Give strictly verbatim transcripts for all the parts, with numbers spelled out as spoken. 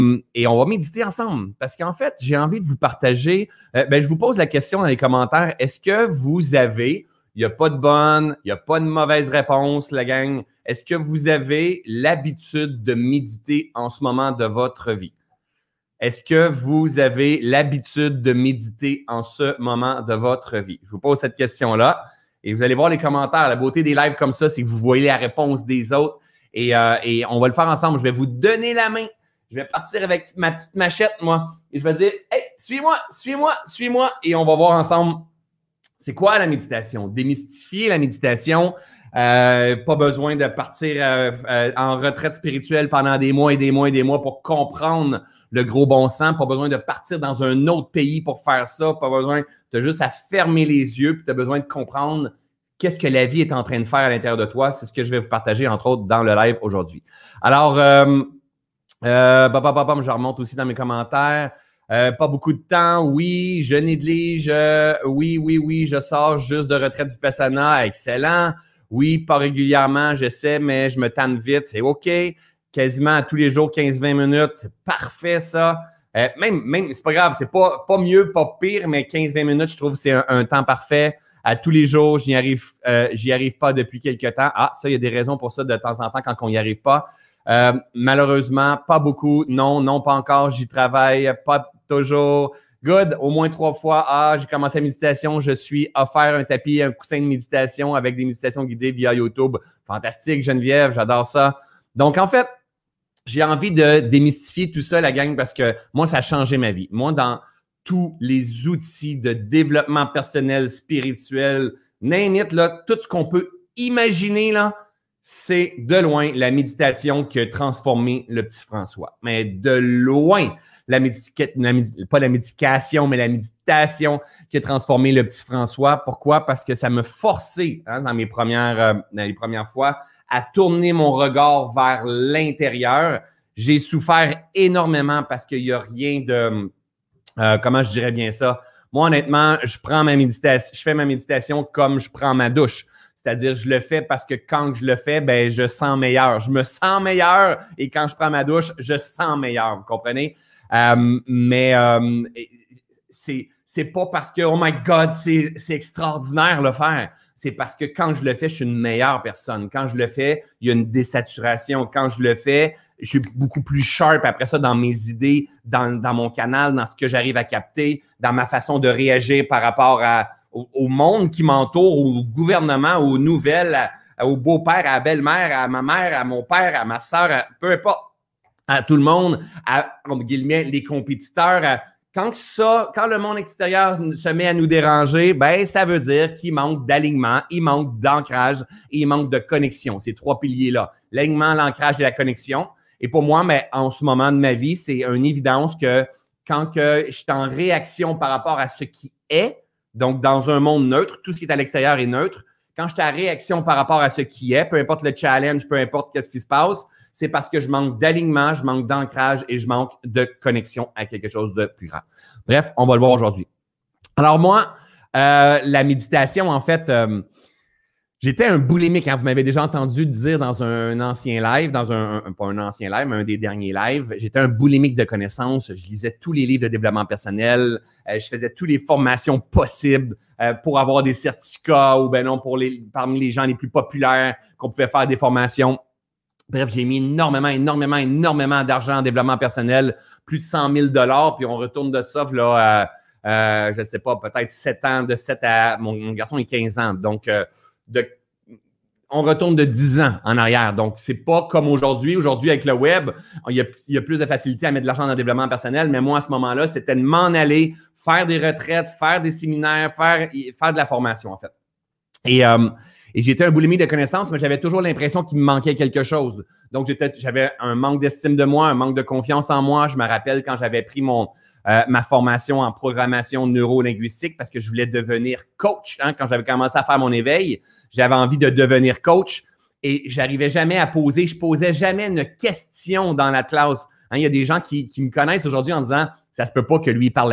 Et on va méditer ensemble parce qu'en fait, j'ai envie de vous partager. Euh, ben, je vous pose la question dans les commentaires. Est-ce que vous avez, il n'y a pas de bonne, il n'y a pas de mauvaise réponse, la gang. Est-ce que vous avez l'habitude de méditer en ce moment de votre vie? Est-ce que vous avez l'habitude de méditer en ce moment de votre vie? Je vous pose cette question-là et vous allez voir les commentaires. La beauté des lives comme ça, c'est que vous voyez la réponse des autres et, euh, et on va le faire ensemble. Je vais vous donner la main. Je vais partir avec ma petite machette, moi, et je vais dire « Hey, suis-moi, suis-moi, suis-moi » et on va voir ensemble c'est quoi la méditation. Démystifier la méditation. Euh, pas besoin de partir euh, euh, en retraite spirituelle pendant des mois et des mois et des mois pour comprendre le gros bon sens. Pas besoin de partir dans un autre pays pour faire ça. Pas besoin, tu as juste à fermer les yeux puis tu as besoin de comprendre qu'est-ce que la vie est en train de faire à l'intérieur de toi. C'est ce que je vais vous partager, entre autres, dans le live aujourd'hui. Alors, euh, Euh, bah, bah, bah, bah, je remonte aussi dans mes commentaires. Euh, pas beaucoup de temps. Oui, je néglige. Euh, oui, oui, oui, je sors juste de retraite du Vipassana. Excellent. Oui, pas régulièrement, je sais, mais je me tanne vite. C'est OK. Quasiment à tous les jours, quinze à vingt minutes. C'est parfait, ça. Euh, même, même, c'est pas grave. C'est pas, pas mieux, pas pire, mais quinze à vingt minutes, je trouve que c'est un, un temps parfait. À tous les jours, j'y arrive, euh, j'y arrive pas depuis quelques temps. Ah, ça, il y a des raisons pour ça de temps en temps quand on n'y arrive pas. Euh, malheureusement, pas beaucoup. Non, non, pas encore. J'y travaille, pas toujours. Good, au moins trois fois. Ah, j'ai commencé la méditation. Je suis offert un tapis, un coussin de méditation avec des méditations guidées via YouTube. Fantastique, Geneviève, j'adore ça. Donc, en fait, j'ai envie de démystifier tout ça, la gang, parce que moi, ça a changé ma vie. Moi, dans tous les outils de développement personnel, spirituel, name it, là, tout ce qu'on peut imaginer, là, c'est de loin la méditation qui a transformé le petit François. Mais de loin, la médica- la médi- pas la médication, mais la méditation qui a transformé le petit François. Pourquoi? Parce que ça m'a forcé, hein, dans mes premières, euh, dans les premières fois, à tourner mon regard vers l'intérieur. J'ai souffert énormément parce qu'il n'y a rien de... Euh, comment je dirais bien ça? Moi, honnêtement, je prends ma méditation, je fais ma méditation comme je prends ma douche. C'est-à-dire, je le fais parce que quand je le fais, ben, je sens meilleur. Je me sens meilleur et quand je prends ma douche, je sens meilleur. Vous comprenez? Euh, mais euh, c'est, c'est pas parce que, oh my God, c'est, c'est extraordinaire le faire. C'est parce que quand je le fais, je suis une meilleure personne. Quand je le fais, il y a une désaturation. Quand je le fais, je suis beaucoup plus sharp après ça dans mes idées, dans, dans mon canal, dans ce que j'arrive à capter, dans ma façon de réagir par rapport à Au, au monde qui m'entoure, au gouvernement, aux nouvelles, à, à, au beau-père, à la belle-mère, à ma mère, à mon père, à ma soeur, à, peu importe, à tout le monde, à, entre guillemets, les compétiteurs. À, quand ça, quand le monde extérieur se met à nous déranger, ben ça veut dire qu'il manque d'alignement, il manque d'ancrage et il manque de connexion. Ces trois piliers-là, l'alignement, l'ancrage et la connexion. Et pour moi, mais en ce moment de ma vie, c'est une évidence que quand que je suis en réaction par rapport à ce qui est, donc, dans un monde neutre, tout ce qui est à l'extérieur est neutre. Quand je suis à réaction par rapport à ce qui est, peu importe le challenge, peu importe qu'est-ce qui se passe, c'est parce que je manque d'alignement, je manque d'ancrage et je manque de connexion à quelque chose de plus grand. Bref, on va le voir aujourd'hui. Alors moi, euh, la méditation, en fait, euh, j'étais un boulimique, hein, vous m'avez déjà entendu dire dans un ancien live, dans un, un, pas un ancien live, mais un des derniers lives, j'étais un boulimique de connaissances. Je lisais tous les livres de développement personnel, euh, je faisais toutes les formations possibles euh, pour avoir des certificats ou ben non, pour les, parmi les gens les plus populaires qu'on pouvait faire des formations. Bref, j'ai mis énormément, énormément, énormément d'argent en développement personnel, plus de cent mille dollars, puis on retourne de ça, là, euh, euh, je ne sais pas, peut-être sept ans, de sept à, mon, mon garçon est quinze ans, donc euh, de, on retourne de dix ans en arrière. Donc, c'est pas comme aujourd'hui. Aujourd'hui, avec le web, il y a, il y a plus de facilité à mettre de l'argent dans le développement personnel. Mais moi, à ce moment-là, c'était de m'en aller, faire des retraites, faire des séminaires, faire, faire de la formation, en fait. Et, euh, et j'étais un boulimique de connaissances, mais j'avais toujours l'impression qu'il me manquait quelque chose. Donc, j'étais, j'avais un manque d'estime de moi, un manque de confiance en moi. Je me rappelle quand j'avais pris mon... Euh, ma formation en programmation neuro-linguistique parce que je voulais devenir coach. Hein, quand j'avais commencé à faire mon éveil, j'avais envie de devenir coach et j'arrivais jamais à poser, je posais jamais une question dans la classe. Hein, il y a des gens qui, qui me connaissent aujourd'hui en disant « ça se peut pas que lui, il parlait pas ».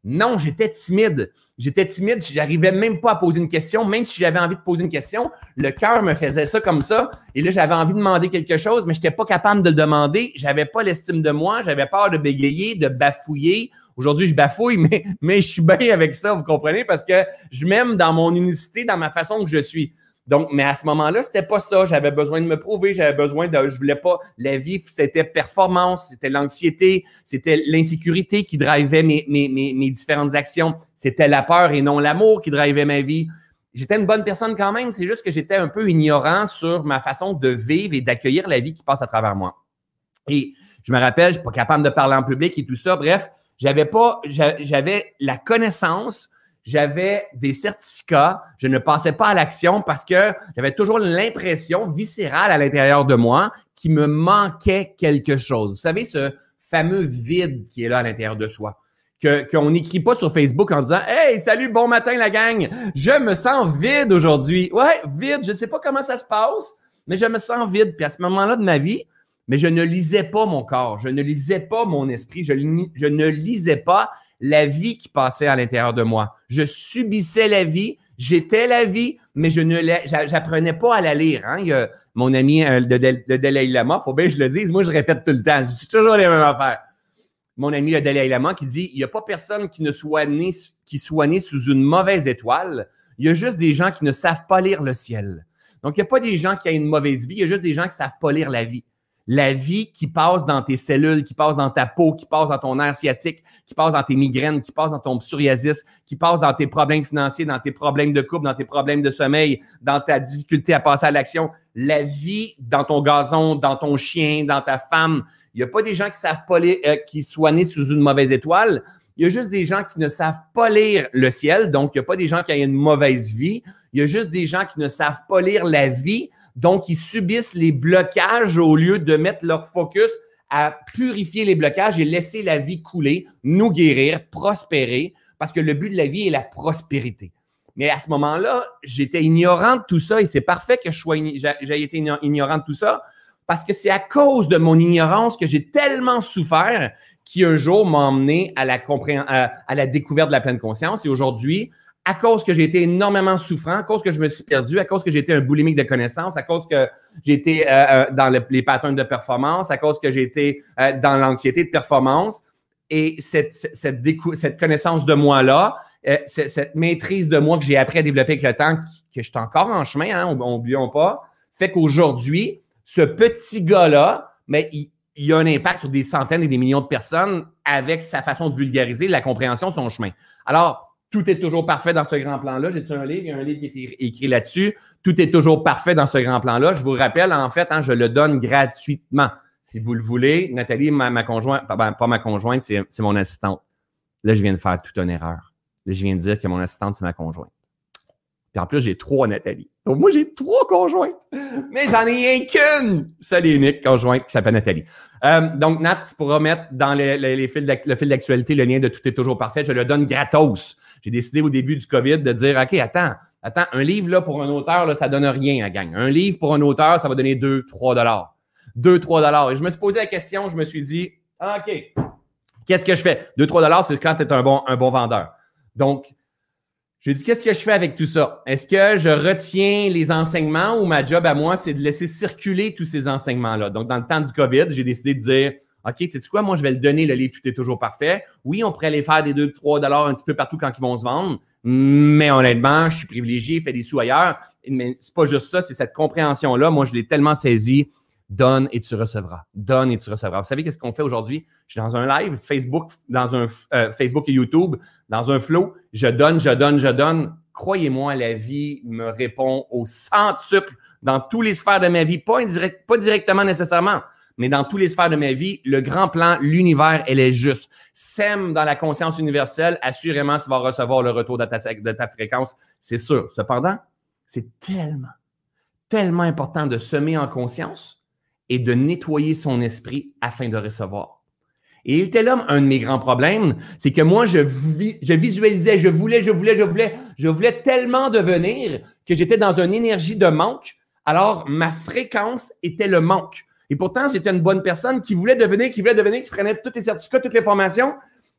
Non, j'étais timide. J'étais timide, j'arrivais même pas à poser une question. Même si j'avais envie de poser une question, le cœur me faisait ça comme ça. Et là, j'avais envie de demander quelque chose, mais je n'étais pas capable de le demander. J'avais pas l'estime de moi. J'avais peur de bégayer, de bafouiller. Aujourd'hui, je bafouille, mais, mais je suis bien avec ça, vous comprenez? Parce que je m'aime dans mon unicité, dans ma façon que je suis. Donc, mais à ce moment-là, c'était pas ça. J'avais besoin de me prouver, j'avais besoin de, je voulais pas, la vie, c'était performance, c'était l'anxiété, c'était l'insécurité qui drivait mes, mes, mes, mes différentes actions. C'était la peur et non l'amour qui drivait ma vie. J'étais une bonne personne quand même, c'est juste que j'étais un peu ignorant sur ma façon de vivre et d'accueillir la vie qui passe à travers moi. Et je me rappelle, je suis pas capable de parler en public et tout ça. Bref, j'avais pas, j'avais la connaissance, j'avais des certificats, je ne passais pas à l'action parce que j'avais toujours l'impression viscérale à l'intérieur de moi qu'il me manquait quelque chose. Vous savez, ce fameux vide qui est là à l'intérieur de soi, que qu'on n'écrit pas sur Facebook en disant « Hey, salut, bon matin la gang, je me sens vide aujourd'hui. » Ouais, vide, je ne sais pas comment ça se passe, mais je me sens vide. Puis à ce moment-là de ma vie, mais je ne lisais pas mon corps, je ne lisais pas mon esprit, je, je ne lisais pas la vie qui passait à l'intérieur de moi. Je subissais la vie, j'étais la vie, mais je ne j'apprenais pas à la lire. Hein? Il y a mon ami euh, de, de, de Dalai Lama, il faut bien que je le dise, moi je répète tout le temps, je dis toujours les mêmes affaires. Mon ami le Dalai Lama qui dit, il n'y a pas personne qui ne soit né, qui soit né sous une mauvaise étoile, il y a juste des gens qui ne savent pas lire le ciel. Donc, il n'y a pas des gens qui ont une mauvaise vie, il y a juste des gens qui ne savent pas lire la vie. La vie qui passe dans tes cellules, qui passe dans ta peau, qui passe dans ton nerf sciatique, qui passe dans tes migraines, qui passe dans ton psoriasis, qui passe dans tes problèmes financiers, dans tes problèmes de couple, dans tes problèmes de sommeil, dans ta difficulté à passer à l'action. La vie dans ton gazon, dans ton chien, dans ta femme. Il n'y a pas des gens qui savent pas lire, euh, qui soient nés sous une mauvaise étoile. Il y a juste des gens qui ne savent pas lire le ciel. Donc, il n'y a pas des gens qui ont une mauvaise vie. Il y a juste des gens qui ne savent pas lire la vie. Donc, ils subissent les blocages au lieu de mettre leur focus à purifier les blocages et laisser la vie couler, nous guérir, prospérer, parce que le but de la vie est la prospérité. Mais à ce moment-là, j'étais ignorant de tout ça et c'est parfait que je sois j'ai été ignorant de tout ça parce que c'est à cause de mon ignorance que j'ai tellement souffert qui un jour m'a emmené à la, compré- à, à la découverte de la pleine conscience. Et aujourd'hui, à cause que j'ai été énormément souffrant, à cause que je me suis perdu, à cause que j'ai été un boulimique de connaissances, à cause que j'ai été euh, dans le, les patterns de performance, à cause que j'ai été euh, dans l'anxiété de performance. Et cette, cette, cette, décou- cette connaissance de moi-là, euh, cette, cette maîtrise de moi que j'ai appris à développer avec le temps, que je suis encore en chemin, hein, n'oublions pas, fait qu'aujourd'hui, ce petit gars-là, mais il, il a un impact sur des centaines et des millions de personnes avec sa façon de vulgariser, la compréhension de son chemin. Alors, tout est toujours parfait dans ce grand plan-là. J'ai-tu un livre? Il y a un livre qui est écrit là-dessus. Tout est toujours parfait dans ce grand plan-là. Je vous rappelle, en fait, hein, je le donne gratuitement. Si vous le voulez, Nathalie, ma, ma conjointe, ben, pas ma conjointe, c'est, c'est mon assistante. Là, je viens de faire toute une erreur. Là, je viens de dire que mon assistante, c'est ma conjointe. Puis en plus, j'ai trois Nathalie. Donc, moi, j'ai trois conjointes. Mais j'en ai rien qu'une seule et unique conjointe qui s'appelle Nathalie. Euh, donc, Nat, tu pourras mettre dans les, les, les fils le fil d'actualité le lien de Tout est toujours parfait. Je le donne gratos. J'ai décidé au début du COVID de dire, OK, attends, attends, un livre là, pour un auteur, là, ça donne rien à gang. Un livre pour un auteur, ça va donner deux, trois dollars. deux, trois dollars. Et je me suis posé la question, je me suis dit, OK, qu'est-ce que je fais? deux, trois dollars, c'est quand tu es un bon, un bon vendeur. Donc, j'ai dit, qu'est-ce que je fais avec tout ça? Est-ce que je retiens les enseignements ou ma job à moi, c'est de laisser circuler tous ces enseignements-là? Donc, dans le temps du COVID, j'ai décidé de dire, OK, tu sais quoi, moi, je vais le donner, le livre Tout est toujours parfait. Oui, on pourrait aller faire des deux, trois dollars un petit peu partout quand ils vont se vendre, mais honnêtement, je suis privilégié, fais des sous ailleurs. Mais c'est pas juste ça, c'est cette compréhension-là. Moi, je l'ai tellement saisi. Donne et tu recevras. Donne et tu recevras. Vous savez qu'est-ce qu'on fait aujourd'hui? Je suis dans un live, Facebook, dans un euh, Facebook et YouTube, dans un flow. Je donne, je donne, je donne. Croyez-moi, la vie me répond au centuple dans tous les sphères de ma vie. Pas indirect, pas directement nécessairement, mais dans tous les sphères de ma vie. Le grand plan, l'univers, elle est juste. Sème dans la conscience universelle. Assurément, tu vas recevoir le retour de ta, de ta fréquence. C'est sûr. Cependant, c'est tellement, tellement important de semer en conscience et de nettoyer son esprit afin de recevoir. Et il était là, un de mes grands problèmes, c'est que moi, je, vis, je visualisais, je voulais, je voulais, je voulais, je voulais tellement devenir que j'étais dans une énergie de manque. Alors, ma fréquence était le manque. Et pourtant, j'étais une bonne personne qui voulait devenir, qui voulait devenir, qui prenait tous les certificats, toutes les formations.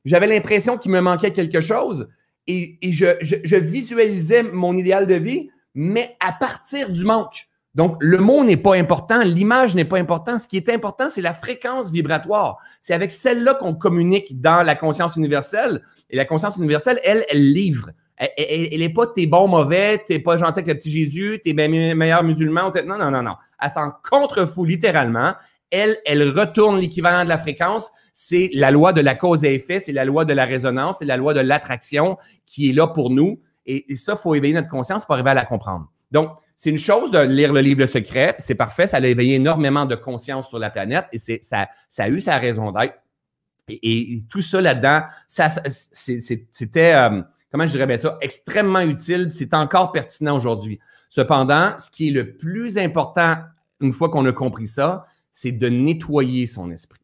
J'avais l'impression qu'il me manquait quelque chose et, et je, je, je visualisais mon idéal de vie, mais à partir du manque. Donc, le mot n'est pas important, l'image n'est pas important. Ce qui est important, c'est la fréquence vibratoire. C'est avec celle-là qu'on communique dans la conscience universelle. Et la conscience universelle, elle, elle livre. Elle n'est pas t'es bon, mauvais, t'es pas gentil avec le petit Jésus, t'es bien meilleur musulman. Non, non, non, non. Elle s'en contrefout littéralement. Elle, elle retourne l'équivalent de la fréquence. C'est la loi de la cause et effet, c'est la loi de la résonance, c'est la loi de l'attraction qui est là pour nous. Et, et ça, il faut éveiller notre conscience pour arriver à la comprendre. Donc, c'est une chose de lire le livre Le Secret, c'est parfait, ça a éveillé énormément de conscience sur la planète et c'est, ça, ça a eu sa raison d'être. Et, et tout ça là-dedans, ça, c'est, c'est, c'était, euh, comment je dirais bien ça, extrêmement utile, c'est encore pertinent aujourd'hui. Cependant, ce qui est le plus important, une fois qu'on a compris ça, c'est de nettoyer son esprit,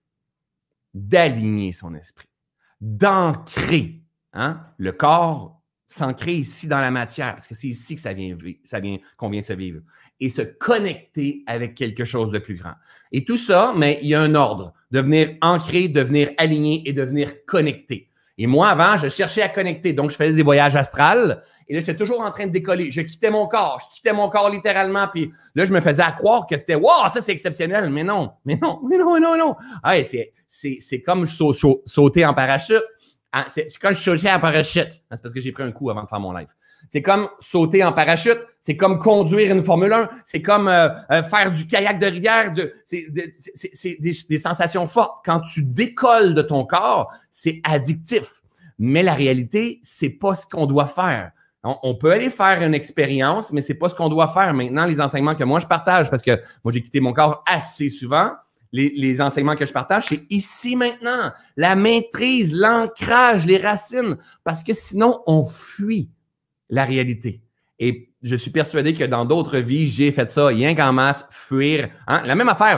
d'aligner son esprit, d'ancrer, hein, le corps, s'ancrer ici dans la matière, parce que c'est ici que ça vient, ça vient, qu'on vient se vivre, et se connecter avec quelque chose de plus grand. Et tout ça, mais il y a un ordre, devenir ancré, devenir aligné et devenir connecté. Et moi, avant, je cherchais à connecter, donc je faisais des voyages astrales, et là, j'étais toujours en train de décoller. Je quittais mon corps, je quittais mon corps littéralement, puis là, je me faisais à croire que c'était « Wow, ça, c'est exceptionnel! » Mais non, mais non, mais non, mais non, non. Ah, c'est, c'est, c'est comme sau, sau, sauter en parachute. Ah, c'est, c'est comme je sautais en parachute. C'est parce que j'ai pris un coup avant de faire mon live. C'est comme sauter en parachute, c'est comme conduire une Formule un, c'est comme euh, euh, faire du kayak de rivière. De, c'est de, c'est, c'est des, des sensations fortes. Quand tu décolles de ton corps, c'est addictif. Mais la réalité, c'est pas ce qu'on doit faire. On, on peut aller faire une expérience, mais c'est pas ce qu'on doit faire. Maintenant, les enseignements que moi, je partage, parce que moi, j'ai quitté mon corps assez souvent, Les, les enseignements que je partage, c'est ici maintenant, la maîtrise, l'ancrage, les racines, parce que sinon, on fuit la réalité. Et je suis persuadé que dans d'autres vies, j'ai fait ça, rien qu'en masse, fuir. Hein? La même affaire,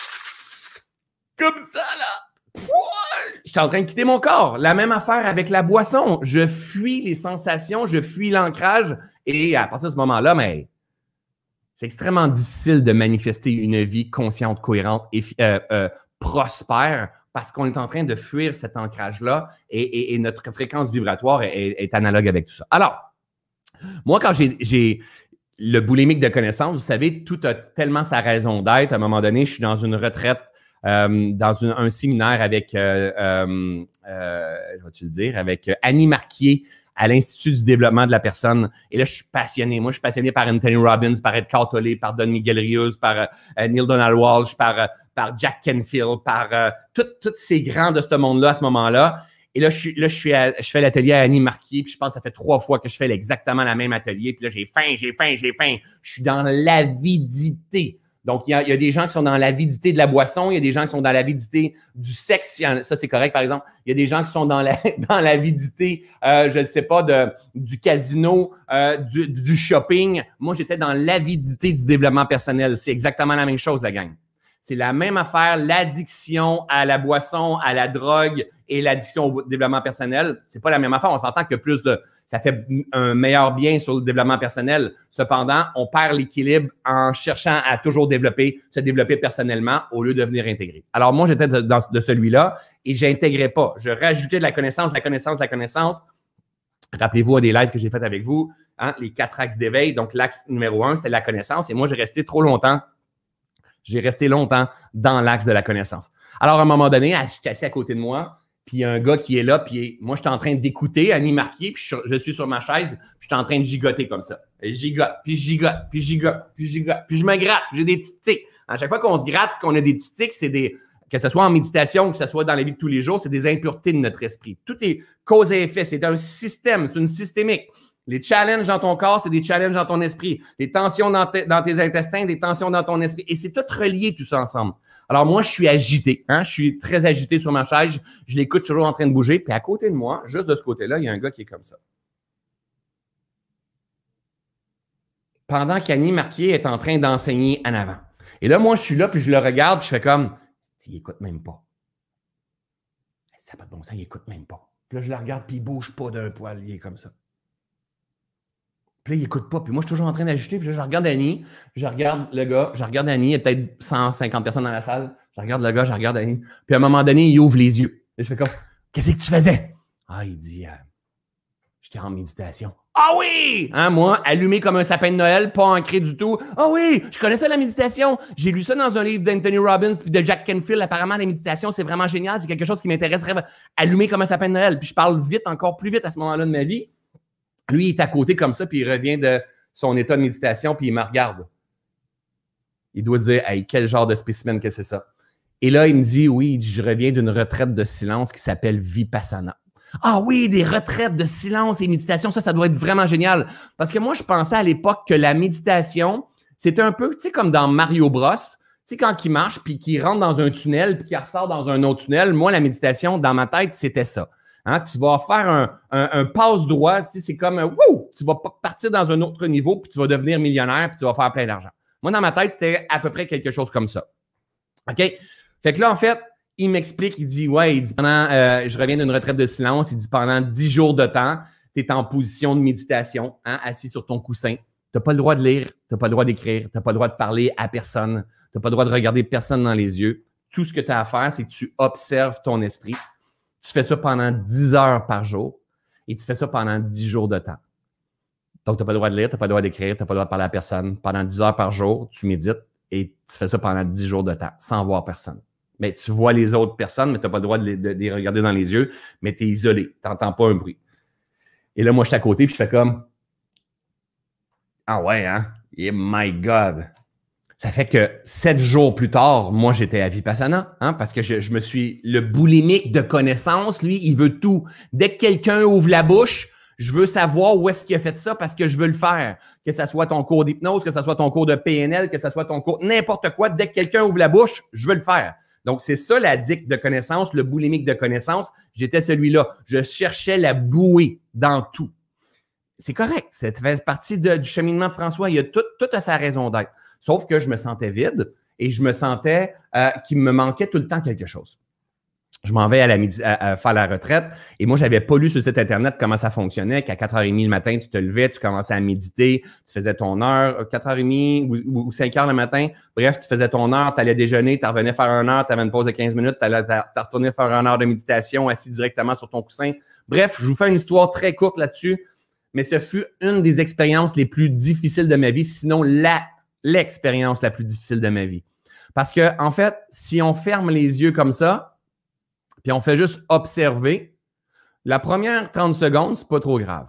comme ça, là. Je suis en train de quitter mon corps. La même affaire avec la boisson. Je fuis les sensations, je fuis l'ancrage, et à partir de ce moment-là, mais... c'est extrêmement difficile de manifester une vie consciente, cohérente et euh, euh, prospère parce qu'on est en train de fuir cet ancrage-là et, et, et notre fréquence vibratoire est, est, est analogue avec tout ça. Alors, moi, quand j'ai, j'ai le boulimique de connaissance, vous savez, tout a tellement sa raison d'être. À un moment donné, je suis dans une retraite, euh, dans une, un séminaire avec, euh, euh, euh, je vais-tu le dire, avec Annie Marquier, à l'Institut du développement de la personne. Et là, je suis passionné. Moi, je suis passionné par Anthony Robbins, par Eckhart Tolle, par Don Miguel Ruiz, par euh, Neil Donald Walsh, par, euh, par Jack Canfield, par euh, tous ces grands de ce monde-là à ce moment-là. Et là, je, suis, là, je, suis à, je fais l'atelier à Annie Marquier, puis je pense que ça fait trois fois que je fais exactement la même atelier. Puis là, j'ai faim, j'ai faim, j'ai faim. Je suis dans l'avidité. Donc, il y, a, il y a des gens qui sont dans l'avidité de la boisson, il y a des gens qui sont dans l'avidité du sexe. Ça, c'est correct, par exemple. Il y a des gens qui sont dans la dans l'avidité, euh, je ne sais pas, de, du casino, euh, du, du shopping. Moi, j'étais dans l'avidité du développement personnel. C'est exactement la même chose, la gang. C'est la même affaire, l'addiction à la boisson, à la drogue et l'addiction au développement personnel. C'est pas la même affaire. On s'entend que plus de... ça fait un meilleur bien sur le développement personnel. Cependant, on perd l'équilibre en cherchant à toujours développer, se développer personnellement au lieu de devenir intégré. Alors, moi, j'étais de, dans, de celui-là et j'intégrais pas. Je rajoutais de la connaissance, de la connaissance, de la connaissance. Rappelez-vous à des lives que j'ai fait avec vous, hein, les quatre axes d'éveil. Donc, l'axe numéro un, c'était la connaissance. Et moi, j'ai resté trop longtemps. J'ai resté longtemps dans l'axe de la connaissance. Alors, à un moment donné, je suis assis à côté de moi, puis il y a un gars qui est là, puis moi, je suis en train d'écouter Annie Marquier, puis je, je suis sur ma chaise, puis je suis en train de gigoter comme ça. Et je gigote, puis je gigote, puis je gigote, puis je gigote, puis je me gratte, j'ai des petits tics. À chaque fois qu'on se gratte, qu'on a des petits tics, c'est des, que ce soit en méditation, que ce soit dans la vie de tous les jours, c'est des impuretés de notre esprit. Tout est cause et effet, c'est un système, c'est une systémique. Les challenges dans ton corps, c'est des challenges dans ton esprit. Les tensions dans, te, dans tes intestins, des tensions dans ton esprit. Et c'est tout relié, tout ça ensemble. Alors moi, je suis agité. Hein? Je suis très agité sur ma chaise. Je l'écoute toujours en train de bouger. Puis à côté de moi, juste de ce côté-là, il y a un gars qui est comme ça. Pendant qu'Annie Marquier est en train d'enseigner en avant. Et là, moi, je suis là, puis je le regarde, puis je fais comme, il écoute même pas. Ça n'a pas de bon sens, il écoute même pas. Puis là, je le regarde, puis il bouge pas d'un poil, il est comme ça. Puis là, il n'écoute pas. Puis moi, je suis toujours en train d'agiter. Puis là, je regarde Annie. Je regarde le gars. Je regarde Annie. Il y a peut-être cent cinquante personnes dans la salle. Je regarde le gars. Je regarde Annie. Puis à un moment donné, il ouvre les yeux. Et je fais comme, qu'est-ce que tu faisais? Ah, il dit, euh, j'étais en méditation. Ah oui! Hein, moi, allumé comme un sapin de Noël, pas ancré du tout. Ah oui! Je connais ça, la méditation. J'ai lu ça dans un livre d'Anthony Robbins puis de Jack Canfield. Apparemment, la méditation, c'est vraiment génial. C'est quelque chose qui m'intéresserait. Allumé comme un sapin de Noël. Puis je parle vite, encore plus vite à ce moment-là de ma vie. Lui, il est à côté comme ça, puis il revient de son état de méditation, puis il me regarde. Il doit se dire, hey, quel genre de spécimen que c'est ça? Et là, il me dit, oui, je reviens d'une retraite de silence qui s'appelle Vipassana. Ah oui, des retraites de silence et méditation, ça, ça doit être vraiment génial. Parce que moi, je pensais à l'époque que la méditation, c'était un peu, tu sais, comme dans Mario Bros. Tu sais, quand il marche, puis qu'il rentre dans un tunnel, puis qu'il ressort dans un autre tunnel, moi, la méditation, dans ma tête, c'était ça. Hein? Tu vas faire un, un, un passe-droit, tu sais, c'est comme, un, wouh, tu vas partir dans un autre niveau, puis tu vas devenir millionnaire, puis tu vas faire plein d'argent. Moi, dans ma tête, c'était à peu près quelque chose comme ça. OK? Fait que là, en fait, il m'explique, il dit, ouais, il dit, pendant, euh, je reviens d'une retraite de silence, il dit, pendant dix jours de temps, tu es en position de méditation, hein, assis sur ton coussin. Tu n'as pas le droit de lire, tu n'as pas le droit d'écrire, tu n'as pas le droit de parler à personne, tu n'as pas le droit de regarder personne dans les yeux. Tout ce que tu as à faire, c'est que tu observes ton esprit. Tu fais ça pendant dix heures par jour et tu fais ça pendant dix jours de temps. Donc, tu n'as pas le droit de lire, tu n'as pas le droit d'écrire, tu n'as pas le droit de parler à personne. Pendant dix heures par jour, tu médites et tu fais ça pendant dix jours de temps, sans voir personne. Mais tu vois les autres personnes, mais tu n'as pas le droit de les, de, de les regarder dans les yeux, mais tu es isolé, tu n'entends pas un bruit. Et là, moi, je suis à côté, puis je fais comme « Ah ouais, hein? Yeah, my God! » Ça fait que sept jours plus tard, moi, j'étais à Vipassana, hein, parce que je, je me suis... Le boulimique de connaissances, lui, il veut tout. Dès que quelqu'un ouvre la bouche, je veux savoir où est-ce qu'il a fait ça parce que je veux le faire. Que ce soit ton cours d'hypnose, que ce soit ton cours de P N L, que ce soit ton cours... N'importe quoi, dès que quelqu'un ouvre la bouche, je veux le faire. Donc, c'est ça l'addict de connaissances, le boulimique de connaissances. J'étais celui-là. Je cherchais la bouée dans tout. C'est correct. Ça fait partie de, du cheminement de François. Il y a tout, tout à sa raison d'être. Sauf que je me sentais vide et je me sentais euh, qu'il me manquait tout le temps quelque chose. Je m'en vais à, la midi, à, à faire la retraite et moi, je n'avais pas lu sur le site Internet comment ça fonctionnait, qu'à quatre heures trente le matin, tu te levais, tu commençais à méditer, tu faisais ton heure, quatre heures trente ou, ou cinq heures le matin. Bref, tu faisais ton heure, tu allais déjeuner, tu revenais faire une heure, tu avais une pause de quinze minutes, tu allais retourner faire une heure de méditation assis directement sur ton coussin. Bref, je vous fais une histoire très courte là-dessus, mais ce fut une des expériences les plus difficiles de ma vie, sinon la, l'expérience la plus difficile de ma vie. Parce que, en fait, si on ferme les yeux comme ça, puis on fait juste observer, la première trente secondes, c'est pas trop grave.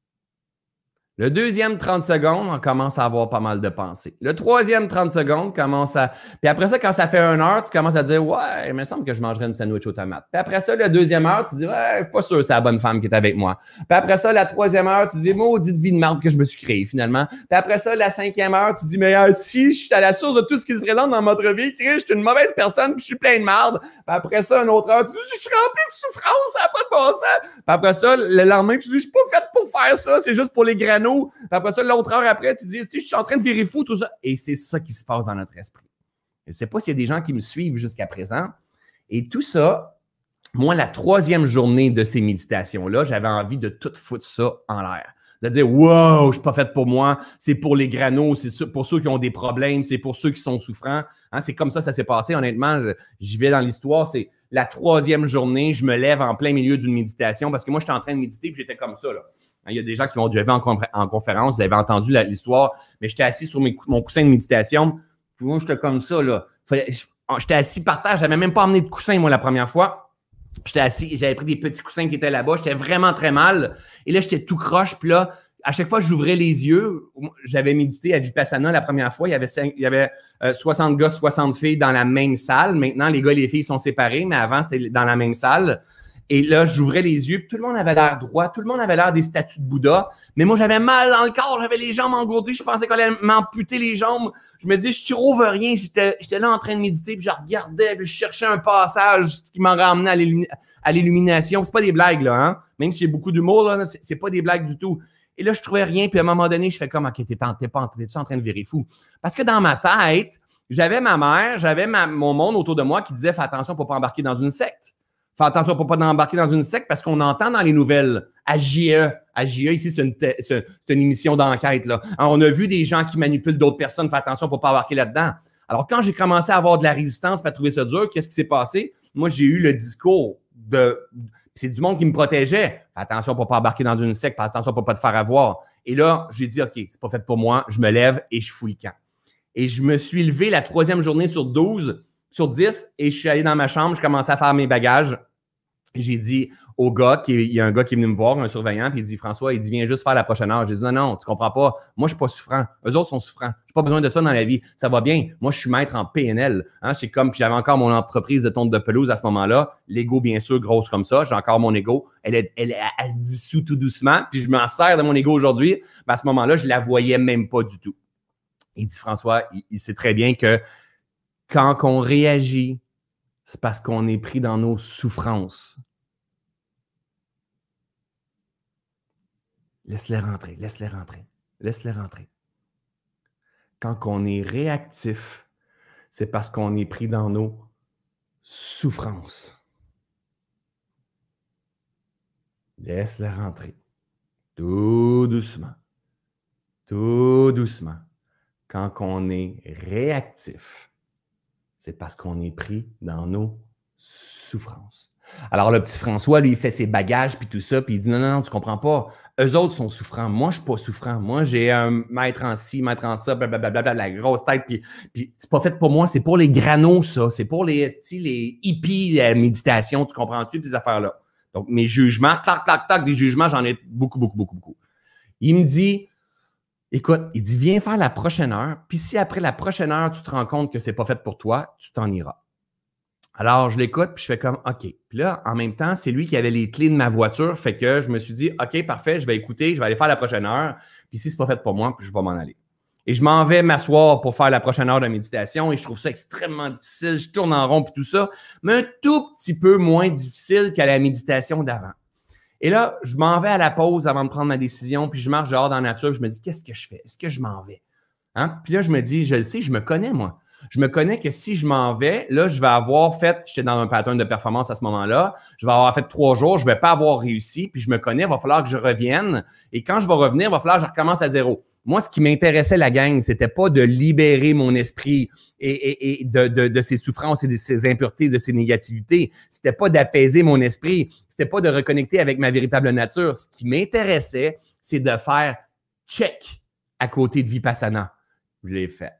Le deuxième trente secondes, on commence à avoir pas mal de pensées. Le troisième trente secondes commence à... Puis après ça, quand ça fait une heure, tu commences à dire « Ouais, il me semble que je mangerais une sandwich aux tomates. » Puis après ça, la deuxième heure, tu dis « Ouais, pas sûr, c'est la bonne femme qui est avec moi. » Puis après ça, la troisième heure, tu dis « Maudite vie de merde que je me suis créée finalement. » Puis après ça, la cinquième heure, tu dis « Mais euh, si je suis à la source de tout ce qui se présente dans notre vie, je suis une mauvaise personne puis je suis plein de merde. » Puis après ça, une autre heure, tu dis « Je suis rempli de souffrance, ça n'a pas de bon sens. » Puis après ça, le lendemain, tu dis « Je suis pas faite pour faire ça, c'est juste pour les granos. » Puis après ça, l'autre heure après, tu dis, tu sais, je suis en train de virer fou, tout ça. Et c'est ça qui se passe dans notre esprit. Je ne sais pas s'il y a des gens qui me suivent jusqu'à présent. Et tout ça, moi, la troisième journée de ces méditations-là, j'avais envie de tout foutre ça en l'air. De dire, wow, je ne suis pas faite pour moi, c'est pour les granos, c'est pour ceux qui ont des problèmes, c'est pour ceux qui sont souffrants. Hein, c'est comme ça que ça s'est passé. Honnêtement, j'y vais dans l'histoire. C'est la troisième journée, je me lève en plein milieu d'une méditation parce que moi, j'étais en train de méditer et j'étais comme ça, là. Il y a des gens qui m'ont déjà vu en, confé- en conférence, vous avez entendu la, l'histoire, mais j'étais assis sur mes, mon coussin de méditation. Puis moi, j'étais comme ça, là. Fallait, j'étais assis par terre, j'avais même pas emmené de coussin, moi, la première fois. J'étais assis, j'avais pris des petits coussins qui étaient là-bas, j'étais vraiment très mal. Et là, j'étais tout croche, puis là, à chaque fois que j'ouvrais les yeux, j'avais médité à Vipassana la première fois, il y avait, cinq, il y avait euh, soixante gars, soixante filles dans la même salle. Maintenant, les gars et les filles sont séparés, mais avant, c'était dans la même salle. Et là, j'ouvrais les yeux, puis tout le monde avait l'air droit, tout le monde avait l'air des statues de Bouddha. Mais moi, j'avais mal dans le corps, j'avais les jambes engourdies, je pensais qu'on allait m'amputer les jambes. Je me disais, je trouve rien. J'étais, j'étais là en train de méditer, puis je regardais, puis je cherchais un passage qui m'aurait amené à, l'illumi- à l'illumination. C'est pas des blagues, là, hein? Même si j'ai beaucoup d'humour, là, c'est, c'est pas des blagues du tout. Et là, je trouvais rien, puis à un moment donné, je fais comme, OK, t'es, t'es pas t'es en train de virer fou. Parce que dans ma tête, j'avais ma mère, j'avais ma, mon monde autour de moi qui disait, fais attention pour pas embarquer dans une secte. Fais attention pour ne pas embarquer dans une secte parce qu'on entend dans les nouvelles à J E. À J E, ici, c'est une, te- c'est une émission d'enquête, là. Alors, on a vu des gens qui manipulent d'autres personnes. Fais attention pour ne pas embarquer là-dedans. Alors, quand j'ai commencé à avoir de la résistance et à trouver ça dur, qu'est-ce qui s'est passé? Moi, j'ai eu le discours de... C'est du monde qui me protégeait. Fais attention pour ne pas embarquer dans une secte, fais attention pour ne pas te faire avoir. Et là, j'ai dit, OK, c'est pas fait pour moi, je me lève et je fouille le camp. Et je me suis levé la troisième journée sur douze, sur dix, et je suis allé dans ma chambre, je commençais à faire mes bagages. Et j'ai dit au gars, qui est, il y a un gars qui est venu me voir, un surveillant, puis il dit, François, il dit, viens juste faire la prochaine heure. J'ai dit, non, non, tu comprends pas. Moi, je suis pas souffrant. Eux autres sont souffrants. J'ai pas besoin de ça dans la vie. Ça va bien. Moi, je suis maître en P N L. Hein? C'est comme, puis j'avais encore mon entreprise de tonte de pelouse à ce moment-là. L'ego, bien sûr, grosse comme ça. J'ai encore mon ego. Elle, est, elle, elle, elle se dissout tout doucement. Puis je m'en sers de mon ego aujourd'hui. Mais à ce moment-là, je la voyais même pas du tout. Il dit, François, il, il sait très bien que quand on réagit, c'est parce qu'on est pris dans nos souffrances. Laisse-les rentrer, laisse-les rentrer, laisse-les rentrer. Quand on est réactif, c'est parce qu'on est pris dans nos souffrances. Laisse-les rentrer. Tout doucement. Tout doucement. Quand on est réactif, c'est parce qu'on est pris dans nos souffrances. Alors, le petit François, lui, il fait ses bagages, puis tout ça, puis il dit, non, non, non, tu comprends pas. Eux autres sont souffrants. Moi, je suis pas souffrant. Moi, j'ai un maître en ci, maître en ça, blablabla, la grosse tête, puis, puis c'est pas fait pour moi, c'est pour les granos, ça. C'est pour les, les hippies, la méditation, tu comprends-tu, ces affaires-là. Donc, mes jugements, tac, tac, tac, des jugements, j'en ai beaucoup, beaucoup, beaucoup, beaucoup. Il me dit, écoute, il dit, viens faire la prochaine heure, puis si après la prochaine heure, tu te rends compte que c'est pas fait pour toi, tu t'en iras. Alors, je l'écoute, puis je fais comme, OK. Puis là, en même temps, c'est lui qui avait les clés de ma voiture, fait que je me suis dit, OK, parfait, je vais écouter, je vais aller faire la prochaine heure, puis si c'est pas fait pour moi, puis je vais m'en aller. Et je m'en vais m'asseoir pour faire la prochaine heure de méditation, et je trouve ça extrêmement difficile, je tourne en rond, puis tout ça, mais un tout petit peu moins difficile qu'à la méditation d'avant. Et là, je m'en vais à la pause avant de prendre ma décision, puis je marche dehors dans la nature, puis je me dis, qu'est-ce que je fais? Est-ce que je m'en vais? Hein? Puis là, je me dis, je le sais, je me connais, moi. Je me connais que si je m'en vais, là, je vais avoir fait, j'étais dans un pattern de performance à ce moment-là, je vais avoir fait trois jours, je ne vais pas avoir réussi, puis je me connais, il va falloir que je revienne. Et quand je vais revenir, il va falloir que je recommence à zéro. Moi, ce qui m'intéressait, la gang, c'était pas de libérer mon esprit et, et, et de, de, de ses souffrances et de ses impuretés, de ses négativités. C'était pas d'apaiser mon esprit. C'était pas de reconnecter avec ma véritable nature. Ce qui m'intéressait, c'est de faire check à côté de Vipassana. Je l'ai fait.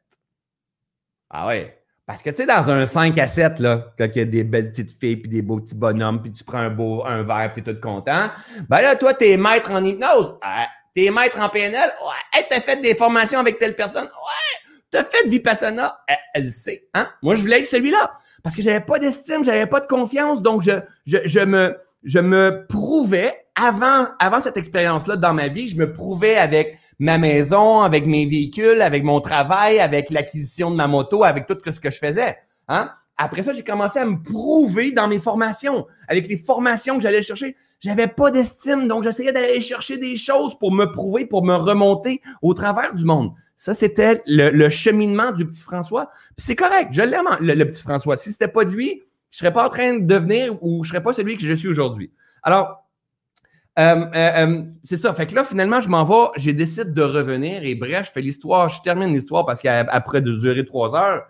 Ah ouais. Parce que, tu sais, dans un cinq à sept, là, quand il y a des belles petites filles puis des beaux petits bonhommes, puis tu prends un beau un verre puis tu es tout content, ben là, toi, t'es maître en hypnose. Ah, t'es maître en P N L. Ouais. Hey, t'as fait des formations avec telle personne. Ouais. T'as fait Vipassana. Elle, elle le sait. Hein? Moi, je voulais être celui-là. Parce que j'avais pas d'estime, j'avais pas de confiance. Donc, je, je, je, me, je me prouvais, avant, avant cette expérience-là dans ma vie, je me prouvais avec ma maison, avec mes véhicules, avec mon travail, avec l'acquisition de ma moto, avec tout ce que je faisais. Hein? Après ça, j'ai commencé à me prouver dans mes formations. Avec les formations que j'allais chercher, j'avais pas d'estime, donc j'essayais d'aller chercher des choses pour me prouver, pour me remonter au travers du monde. Ça, c'était le, le cheminement du petit François. Puis c'est correct, je l'aime, le, le petit François. Si c'était pas de lui, je serais pas en train de devenir ou je serais pas celui que je suis aujourd'hui. Alors, Euh, euh, euh, c'est ça. Fait que là, finalement, je m'en vais, j'ai décidé de revenir et bref, je fais l'histoire, je termine l'histoire parce qu'après de durer trois heures,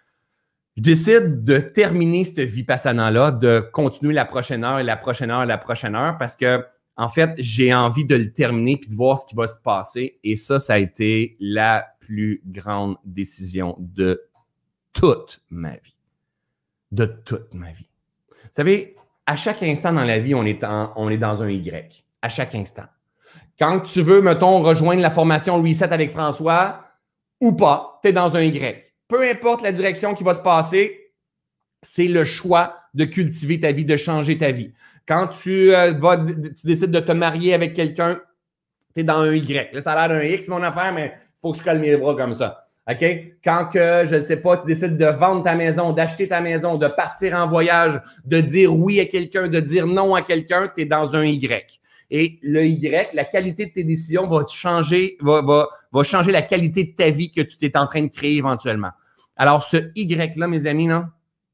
je décide de terminer cette Vipassana-là, de continuer la prochaine heure et la prochaine heure et la prochaine heure parce que, en fait, j'ai envie de le terminer puis de voir ce qui va se passer. Et ça, ça a été la plus grande décision de toute ma vie. De toute ma vie. Vous savez, à chaque instant dans la vie, on est, en, on est dans un Y. À chaque instant. Quand tu veux, mettons, rejoindre la formation Reset avec François ou pas, tu es dans un Y. Peu importe la direction qui va se passer, c'est le choix de cultiver ta vie, de changer ta vie. Quand tu, euh, vas, tu décides de te marier avec quelqu'un, tu es dans un Y. Là, ça a l'air d'un X, mon affaire, mais il faut que je colle mes bras comme ça. OK? Quand que, je ne sais pas, tu décides de vendre ta maison, d'acheter ta maison, de partir en voyage, de dire oui à quelqu'un, de dire non à quelqu'un, tu es dans un Y. Et le Y, la qualité de tes décisions va changer, va, va, va changer la qualité de ta vie que tu t'es en train de créer éventuellement. Alors, ce Y-là, mes amis, là,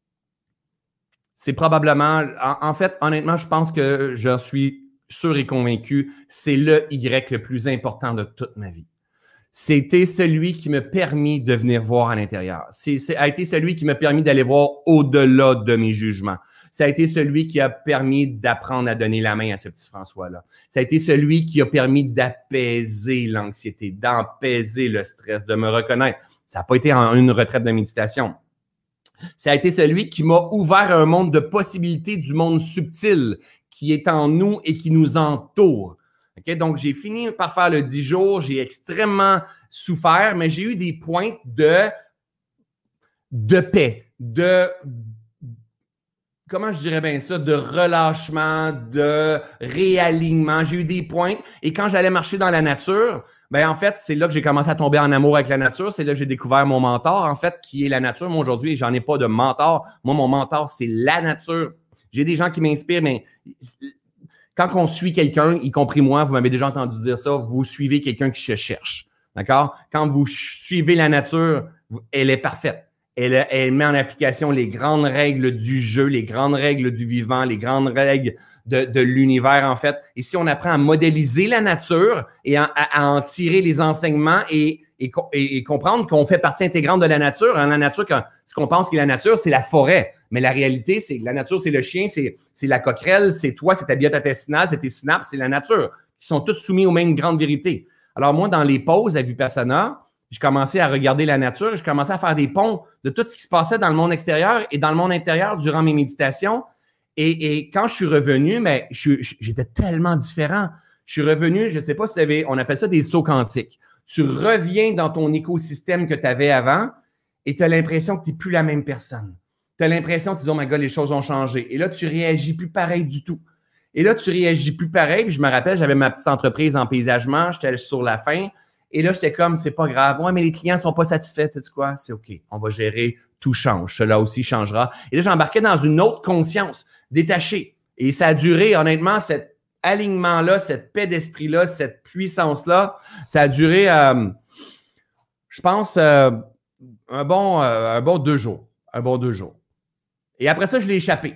c'est probablement, en, en fait, honnêtement, je pense que j'en suis sûr et convaincu, c'est le Y le plus important de toute ma vie. C'était celui qui m'a permis de venir voir à l'intérieur. C'est, c'est a été celui qui m'a permis d'aller voir au-delà de mes jugements. Ça a été celui qui a permis d'apprendre à donner la main à ce petit François-là. Ça a été celui qui a permis d'apaiser l'anxiété, d'apaiser le stress, de me reconnaître. Ça n'a pas été en une retraite de méditation. Ça a été celui qui m'a ouvert un monde de possibilités du monde subtil qui est en nous et qui nous entoure. Okay? Donc, j'ai fini par faire le dix jours. J'ai extrêmement souffert, mais j'ai eu des pointes de, de paix, de, comment je dirais bien ça, de relâchement, de réalignement. J'ai eu des pointes. Et quand j'allais marcher dans la nature, ben en fait, c'est là que j'ai commencé à tomber en amour avec la nature. C'est là que j'ai découvert mon mentor, en fait, qui est la nature. Moi, aujourd'hui, j'en ai pas de mentor. Moi, mon mentor, c'est la nature. J'ai des gens qui m'inspirent, mais quand on suit quelqu'un, y compris moi, vous m'avez déjà entendu dire ça, vous suivez quelqu'un qui se cherche. D'accord? Quand vous suivez la nature, elle est parfaite. Elle, elle met en application les grandes règles du jeu, les grandes règles du vivant, les grandes règles de, de l'univers, en fait. Et si on apprend à modéliser la nature et à, à, à en tirer les enseignements et, et, et, et comprendre qu'on fait partie intégrante de la nature, hein, la nature, quand, ce qu'on pense qu'est la nature, c'est la forêt. Mais la réalité, c'est que la nature, c'est le chien, c'est, c'est la coquerelle, c'est toi, c'est ta biote intestinale, c'est tes synapses, c'est la nature, qui sont toutes soumis aux mêmes grandes vérités. Alors moi, dans les pauses à Vipassana, j'ai commencé à regarder la nature et je commençais à faire des ponts de tout ce qui se passait dans le monde extérieur et dans le monde intérieur durant mes méditations. Et, et quand je suis revenu, mais je, je, j'étais tellement différent. Je suis revenu, je ne sais pas si vous savez, on appelle ça des sauts quantiques. Tu reviens dans ton écosystème que tu avais avant et tu as l'impression que tu n'es plus la même personne. Tu as l'impression que tu dis, oh my God, les choses ont changé. Et là, tu réagis plus pareil du tout. Et là, tu réagis plus pareil. Puis je me rappelle, j'avais ma petite entreprise en paysagement, j'étais sur la fin. Et là, j'étais comme, c'est pas grave. Ouais, mais les clients sont pas satisfaits. Tu sais quoi? C'est OK. On va gérer. Tout change. Cela aussi changera. Et là, j'embarquais dans une autre conscience, détachée. Et ça a duré, honnêtement, cet alignement-là, cette paix d'esprit-là, cette puissance-là, ça a duré, euh, je pense, euh, un bon, euh, un bon deux jours. Un bon deux jours. Et après ça, je l'ai échappé.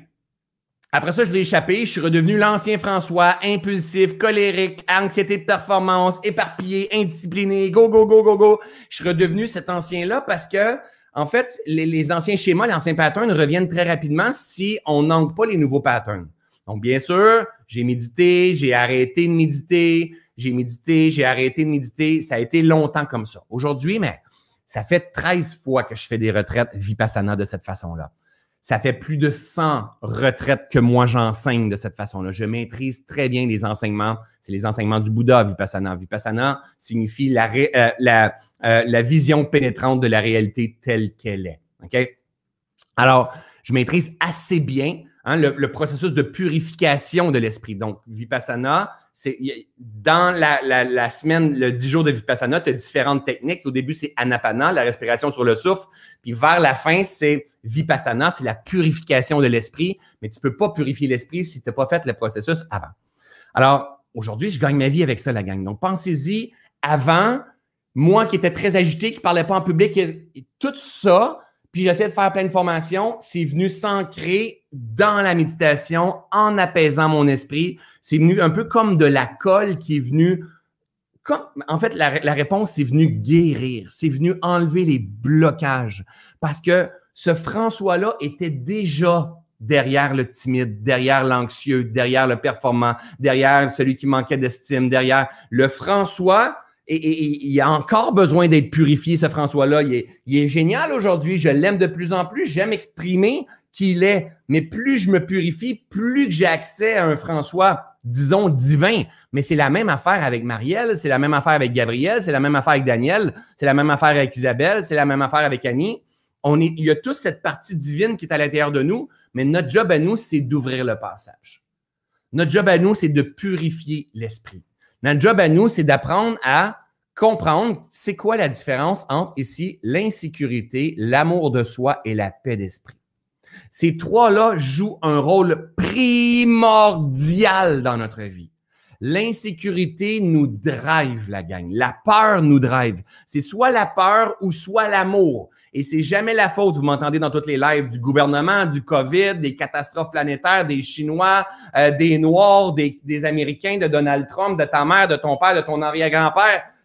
Après ça, je l'ai échappé. Je suis redevenu l'ancien François, impulsif, colérique, anxiété de performance, éparpillé, indiscipliné, go, go, go, go, go. Je suis redevenu cet ancien-là parce que, en fait, les, les anciens schémas, les anciens patterns reviennent très rapidement si on n'ancre pas les nouveaux patterns. Donc, bien sûr, j'ai médité, j'ai arrêté de méditer, j'ai médité, j'ai arrêté de méditer. Ça a été longtemps comme ça. Aujourd'hui, mais ça fait treize fois que je fais des retraites Vipassana de cette façon-là. Ça fait plus de cent retraites que moi, j'enseigne de cette façon-là. Je maîtrise très bien les enseignements. C'est les enseignements du Bouddha, Vipassana. Vipassana signifie la, ré, euh, la, euh, la vision pénétrante de la réalité telle qu'elle est. OK? Alors, je maîtrise assez bien hein, le, le processus de purification de l'esprit. Donc, Vipassana, c'est dans la, la, la semaine, le dix jours de Vipassana, tu as différentes techniques. Au début, c'est Anapana, la respiration sur le souffle. Puis vers la fin, c'est Vipassana, c'est la purification de l'esprit. Mais tu ne peux pas purifier l'esprit si tu n'as pas fait le processus avant. Alors, aujourd'hui, je gagne ma vie avec ça, la gang. Donc, pensez-y, avant, moi qui étais très agité, qui ne parlait pas en public, et, et tout ça, puis j'essayais de faire plein de formations, c'est venu s'ancrer dans la méditation, en apaisant mon esprit. C'est venu un peu comme de la colle qui est venue... Comme, en fait, la, la réponse, c'est venu guérir. C'est venu enlever les blocages. Parce que ce François-là était déjà derrière le timide, derrière l'anxieux, derrière le performant, derrière celui qui manquait d'estime, derrière le François... Et, et, et il a encore besoin d'être purifié, ce François-là. Il est, il est génial aujourd'hui. Je l'aime de plus en plus. J'aime exprimer qui il est. Mais plus je me purifie, plus que j'ai accès à un François, disons, divin. Mais c'est la même affaire avec Marielle, c'est la même affaire avec Gabriel, c'est la même affaire avec Daniel, c'est la même affaire avec Isabelle, c'est la même affaire avec Annie. On est, il y a tous cette partie divine qui est à l'intérieur de nous, mais notre job à nous, c'est d'ouvrir le passage. Notre job à nous, c'est de purifier l'esprit. Notre job à nous, c'est d'apprendre à comprendre c'est quoi la différence entre ici l'insécurité, l'amour de soi et la paix d'esprit. Ces trois-là jouent un rôle primordial dans notre vie. L'insécurité nous drive, la gang. La peur nous drive. C'est soit la peur ou soit l'amour. Et c'est jamais la faute, vous m'entendez dans toutes les lives, du gouvernement, du COVID, des catastrophes planétaires, des Chinois, euh, des Noirs, des, des Américains, de Donald Trump, de ta mère, de ton père, de ton arrière-grand-père.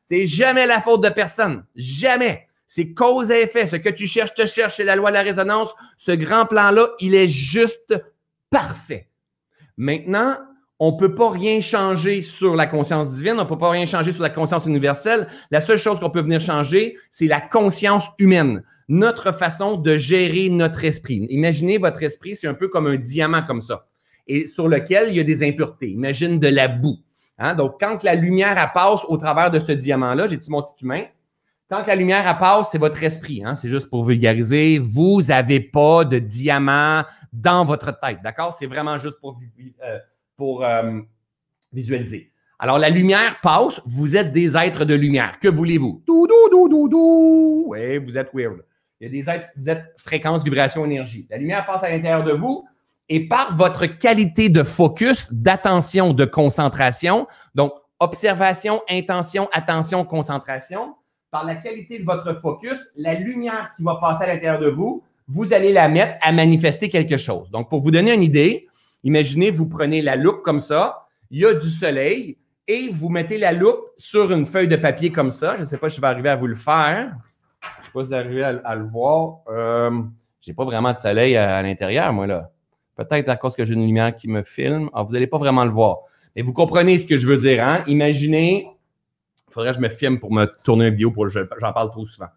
C'est jamais la faute de personne. Jamais. C'est cause et effet. Ce que tu cherches, te cherches, c'est la loi de la résonance. Ce grand plan-là, il est juste parfait. Maintenant, on ne peut pas rien changer sur la conscience divine, on ne peut pas rien changer sur la conscience universelle. La seule chose qu'on peut venir changer, c'est la conscience humaine, notre façon de gérer notre esprit. Imaginez votre esprit, c'est un peu comme un diamant comme ça, et sur lequel il y a des impuretés. Imagine de la boue. Hein? Donc, quand la lumière elle passe au travers de ce diamant-là, j'ai dit mon petit humain, quand la lumière elle passe, c'est votre esprit. Hein? C'est juste pour vulgariser. Vous n'avez pas de diamant dans votre tête, d'accord? C'est vraiment juste pour, euh, pour euh, visualiser. Alors, la lumière passe, vous êtes des êtres de lumière. Que voulez-vous? Dou, dou, dou, dou, dou. Oui, vous êtes weird. Il y a des êtres, vous êtes fréquence, vibration, énergie. La lumière passe à l'intérieur de vous et par votre qualité de focus, d'attention, de concentration, donc observation, intention, attention, concentration, par la qualité de votre focus, la lumière qui va passer à l'intérieur de vous, vous allez la mettre à manifester quelque chose. Donc, pour vous donner une idée, imaginez, vous prenez la loupe comme ça, il y a du soleil et vous mettez la loupe sur une feuille de papier comme ça. Je ne sais pas si je vais arriver à vous le faire. Je ne sais pas si vous arrivez à, à le voir. Euh, je n'ai pas vraiment de soleil à, à l'intérieur, moi, là. Peut-être à cause que j'ai une lumière qui me filme. Alors, vous n'allez pas vraiment le voir. Mais vous comprenez ce que je veux dire, hein? Imaginez... Il faudrait que je me filme pour me tourner une vidéo, pour j'en parle trop souvent.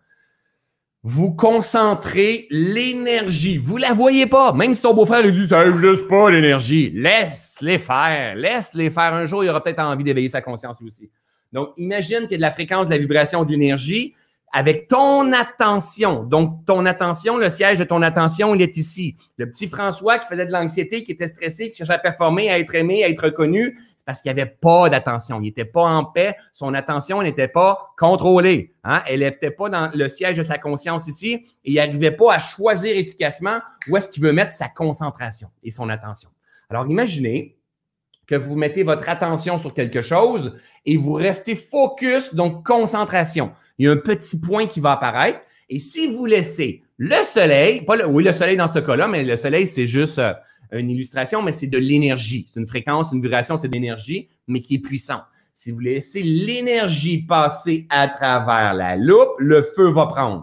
Vous concentrez l'énergie. Vous ne la voyez pas. Même si ton beau-frère lui dit « ça n'existe pas l'énergie », laisse-les faire. Laisse-les faire. Un jour, il aura peut-être envie d'éveiller sa conscience lui aussi. Donc, imagine qu'il y a de la fréquence, de la vibration, de l'énergie avec ton attention. Donc, ton attention, le siège de ton attention, il est ici. Le petit François qui faisait de l'anxiété, qui était stressé, qui cherchait à performer, à être aimé, à être reconnu, parce qu'il n'y avait pas d'attention. Il n'était pas en paix. Son attention n'était pas contrôlée. Hein? Elle n'était pas dans le siège de sa conscience ici et il n'arrivait pas à choisir efficacement où est-ce qu'il veut mettre sa concentration et son attention. Alors, imaginez que vous mettez votre attention sur quelque chose et vous restez focus, donc concentration. Il y a un petit point qui va apparaître et si vous laissez le soleil, pas le, oui, le soleil dans ce cas-là, mais le soleil, c'est juste... Euh, une illustration, mais c'est de l'énergie. C'est une fréquence, une vibration, c'est de l'énergie, mais qui est puissante. Si vous laissez l'énergie passer à travers la loupe, le feu va prendre.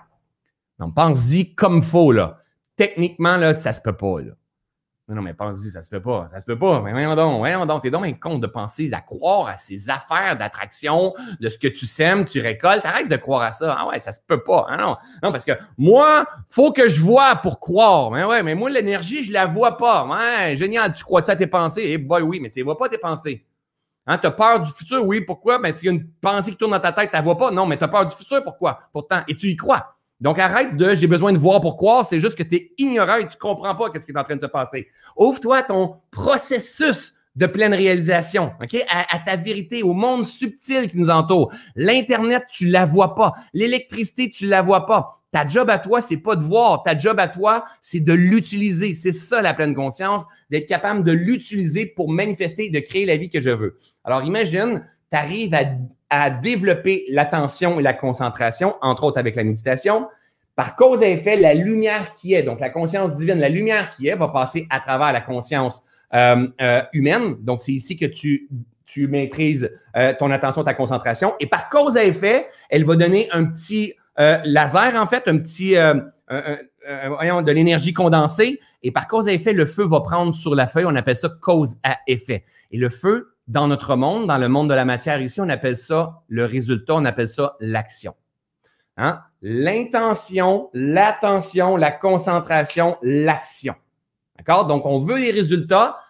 Donc, pense-y comme il faut, là. Techniquement, là, ça se peut pas, là. Non, non, mais pense-y, ça se peut pas, ça se peut pas. Mais voyons donc, voyons donc, t'es donc un con de penser, à croire à ces affaires d'attraction, de ce que tu sèmes, tu récoltes. Arrête de croire à ça. Ah ouais, ça se peut pas. Ah non, non, parce que moi, faut que je vois pour croire. Mais ouais, mais moi, l'énergie, je la vois pas. Ouais, génial, tu crois ça à tes pensées? Eh boy, oui, mais tu ne vois pas tes pensées. Hein, tu as peur du futur, oui, pourquoi? Ben, tu as une pensée qui tourne dans ta tête, tu ne la vois pas. Non, mais tu as peur du futur, pourquoi? Pourtant, et tu y crois. Donc, arrête de « j'ai besoin de voir pour croire », c'est juste que tu es ignorant et tu ne comprends pas ce qui est en train de se passer. Ouvre-toi ton processus de pleine réalisation, OK? À, à ta vérité, au monde subtil qui nous entoure. L'Internet, tu ne la vois pas. L'électricité, tu ne la vois pas. Ta job à toi, c'est pas de voir. Ta job à toi, c'est de l'utiliser. C'est ça la pleine conscience, d'être capable de l'utiliser pour manifester, de créer la vie que je veux. Alors, imagine, tu arrives à à développer l'attention et la concentration, entre autres avec la méditation. Par cause et effet, la lumière qui est, donc la conscience divine, la lumière qui est, va passer à travers la conscience euh, euh, humaine. Donc, c'est ici que tu, tu maîtrises euh, ton attention, ta concentration. Et par cause et effet, elle va donner un petit euh, laser, en fait, un petit, euh, un, un, un, voyons, de l'énergie condensée. Et par cause et effet, le feu va prendre sur la feuille. On appelle ça cause à effet. Et le feu, dans notre monde, dans le monde de la matière ici, on appelle ça le résultat, on appelle ça l'action. Hein? L'intention, l'attention, la concentration, l'action. D'accord? Donc, on veut les résultats.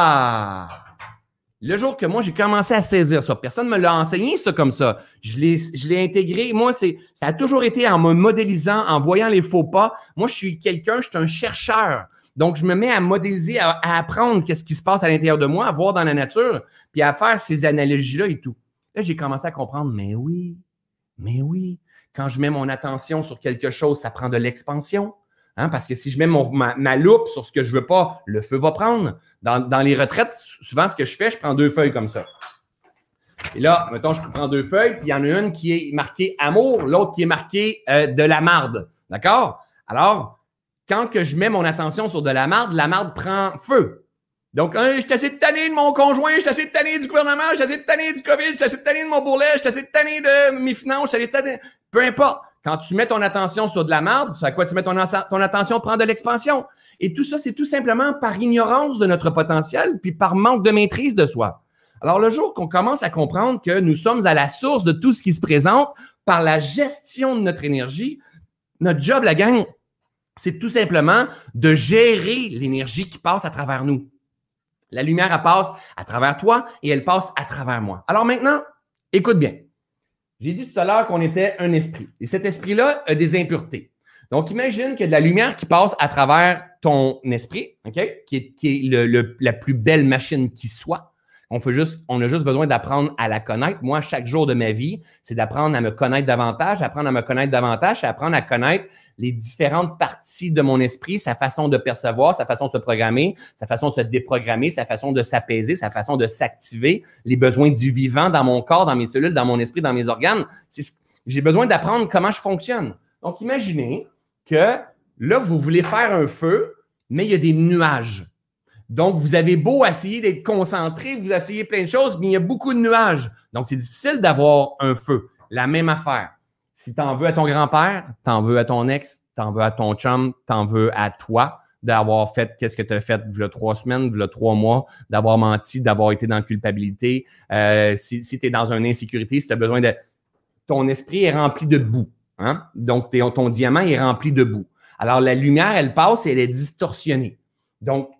Ah! Le jour que moi, j'ai commencé à saisir ça, personne ne me l'a enseigné, ça, comme ça. Je l'ai, je l'ai intégré. Moi, c'est, ça a toujours été en me modélisant, en voyant les faux pas. Moi, je suis quelqu'un, je suis un chercheur. Donc, je me mets à modéliser, à, à apprendre qu'est-ce qui se passe à l'intérieur de moi, à voir dans la nature, puis à faire ces analogies-là et tout. Là, j'ai commencé à comprendre, mais oui, mais oui, quand je mets mon attention sur quelque chose, ça prend de l'expansion. Hein, parce que si je mets mon, ma, ma loupe sur ce que je veux pas, le feu va prendre. Dans, dans les retraites, souvent, ce que je fais, je prends deux feuilles comme ça. Et là, mettons, je prends deux feuilles, puis il y en a une qui est marquée amour, l'autre qui est marquée euh, de la marde. D'accord? Alors, quand que je mets mon attention sur de la marde, la marde prend feu. Donc, hein, je suis assez tanné de mon conjoint, je suis assez tanné du gouvernement, je suis assez tanné du COVID, je suis assez tanné de mon bourrelet, je suis assez tanné de mes finances, je suis assez tanné... Peu importe. Quand tu mets ton attention sur de la merde, c'est à quoi tu mets ton, ton attention prend de l'expansion. Et tout ça, c'est tout simplement par ignorance de notre potentiel puis par manque de maîtrise de soi. Alors, le jour qu'on commence à comprendre que nous sommes à la source de tout ce qui se présente par la gestion de notre énergie, notre job, la gang, c'est tout simplement de gérer l'énergie qui passe à travers nous. La lumière, elle passe à travers toi et elle passe à travers moi. Alors maintenant, écoute bien. J'ai dit tout à l'heure qu'on était un esprit. Et cet esprit-là a des impuretés. Donc, imagine qu'il y a de la lumière qui passe à travers ton esprit, OK? Qui est, qui est le, le, la plus belle machine qui soit. On, fait juste, on a juste besoin d'apprendre à la connaître. Moi, chaque jour de ma vie, c'est d'apprendre à me connaître davantage, apprendre à me connaître davantage, apprendre à connaître les différentes parties de mon esprit, sa façon de percevoir, sa façon de se programmer, sa façon de se déprogrammer, sa façon de s'apaiser, sa façon de s'activer, les besoins du vivant dans mon corps, dans mes cellules, dans mon esprit, dans mes organes. J'ai besoin d'apprendre comment je fonctionne. Donc, imaginez que là, vous voulez faire un feu, mais il y a des nuages. Donc, vous avez beau essayer d'être concentré, vous essayez plein de choses, mais il y a beaucoup de nuages. Donc, c'est difficile d'avoir un feu. La même affaire. Si tu en veux à ton grand-père, tu en veux à ton ex, tu en veux à ton chum, tu en veux à toi d'avoir fait qu'est-ce que tu as fait il y a trois semaines, il y a trois mois, d'avoir menti, d'avoir été dans la culpabilité. Euh, si si tu es dans une insécurité, si tu as besoin de... Ton esprit est rempli de boue. Hein? Donc, ton, ton diamant est rempli de boue. Alors, la lumière, elle passe et elle est distorsionnée. Donc,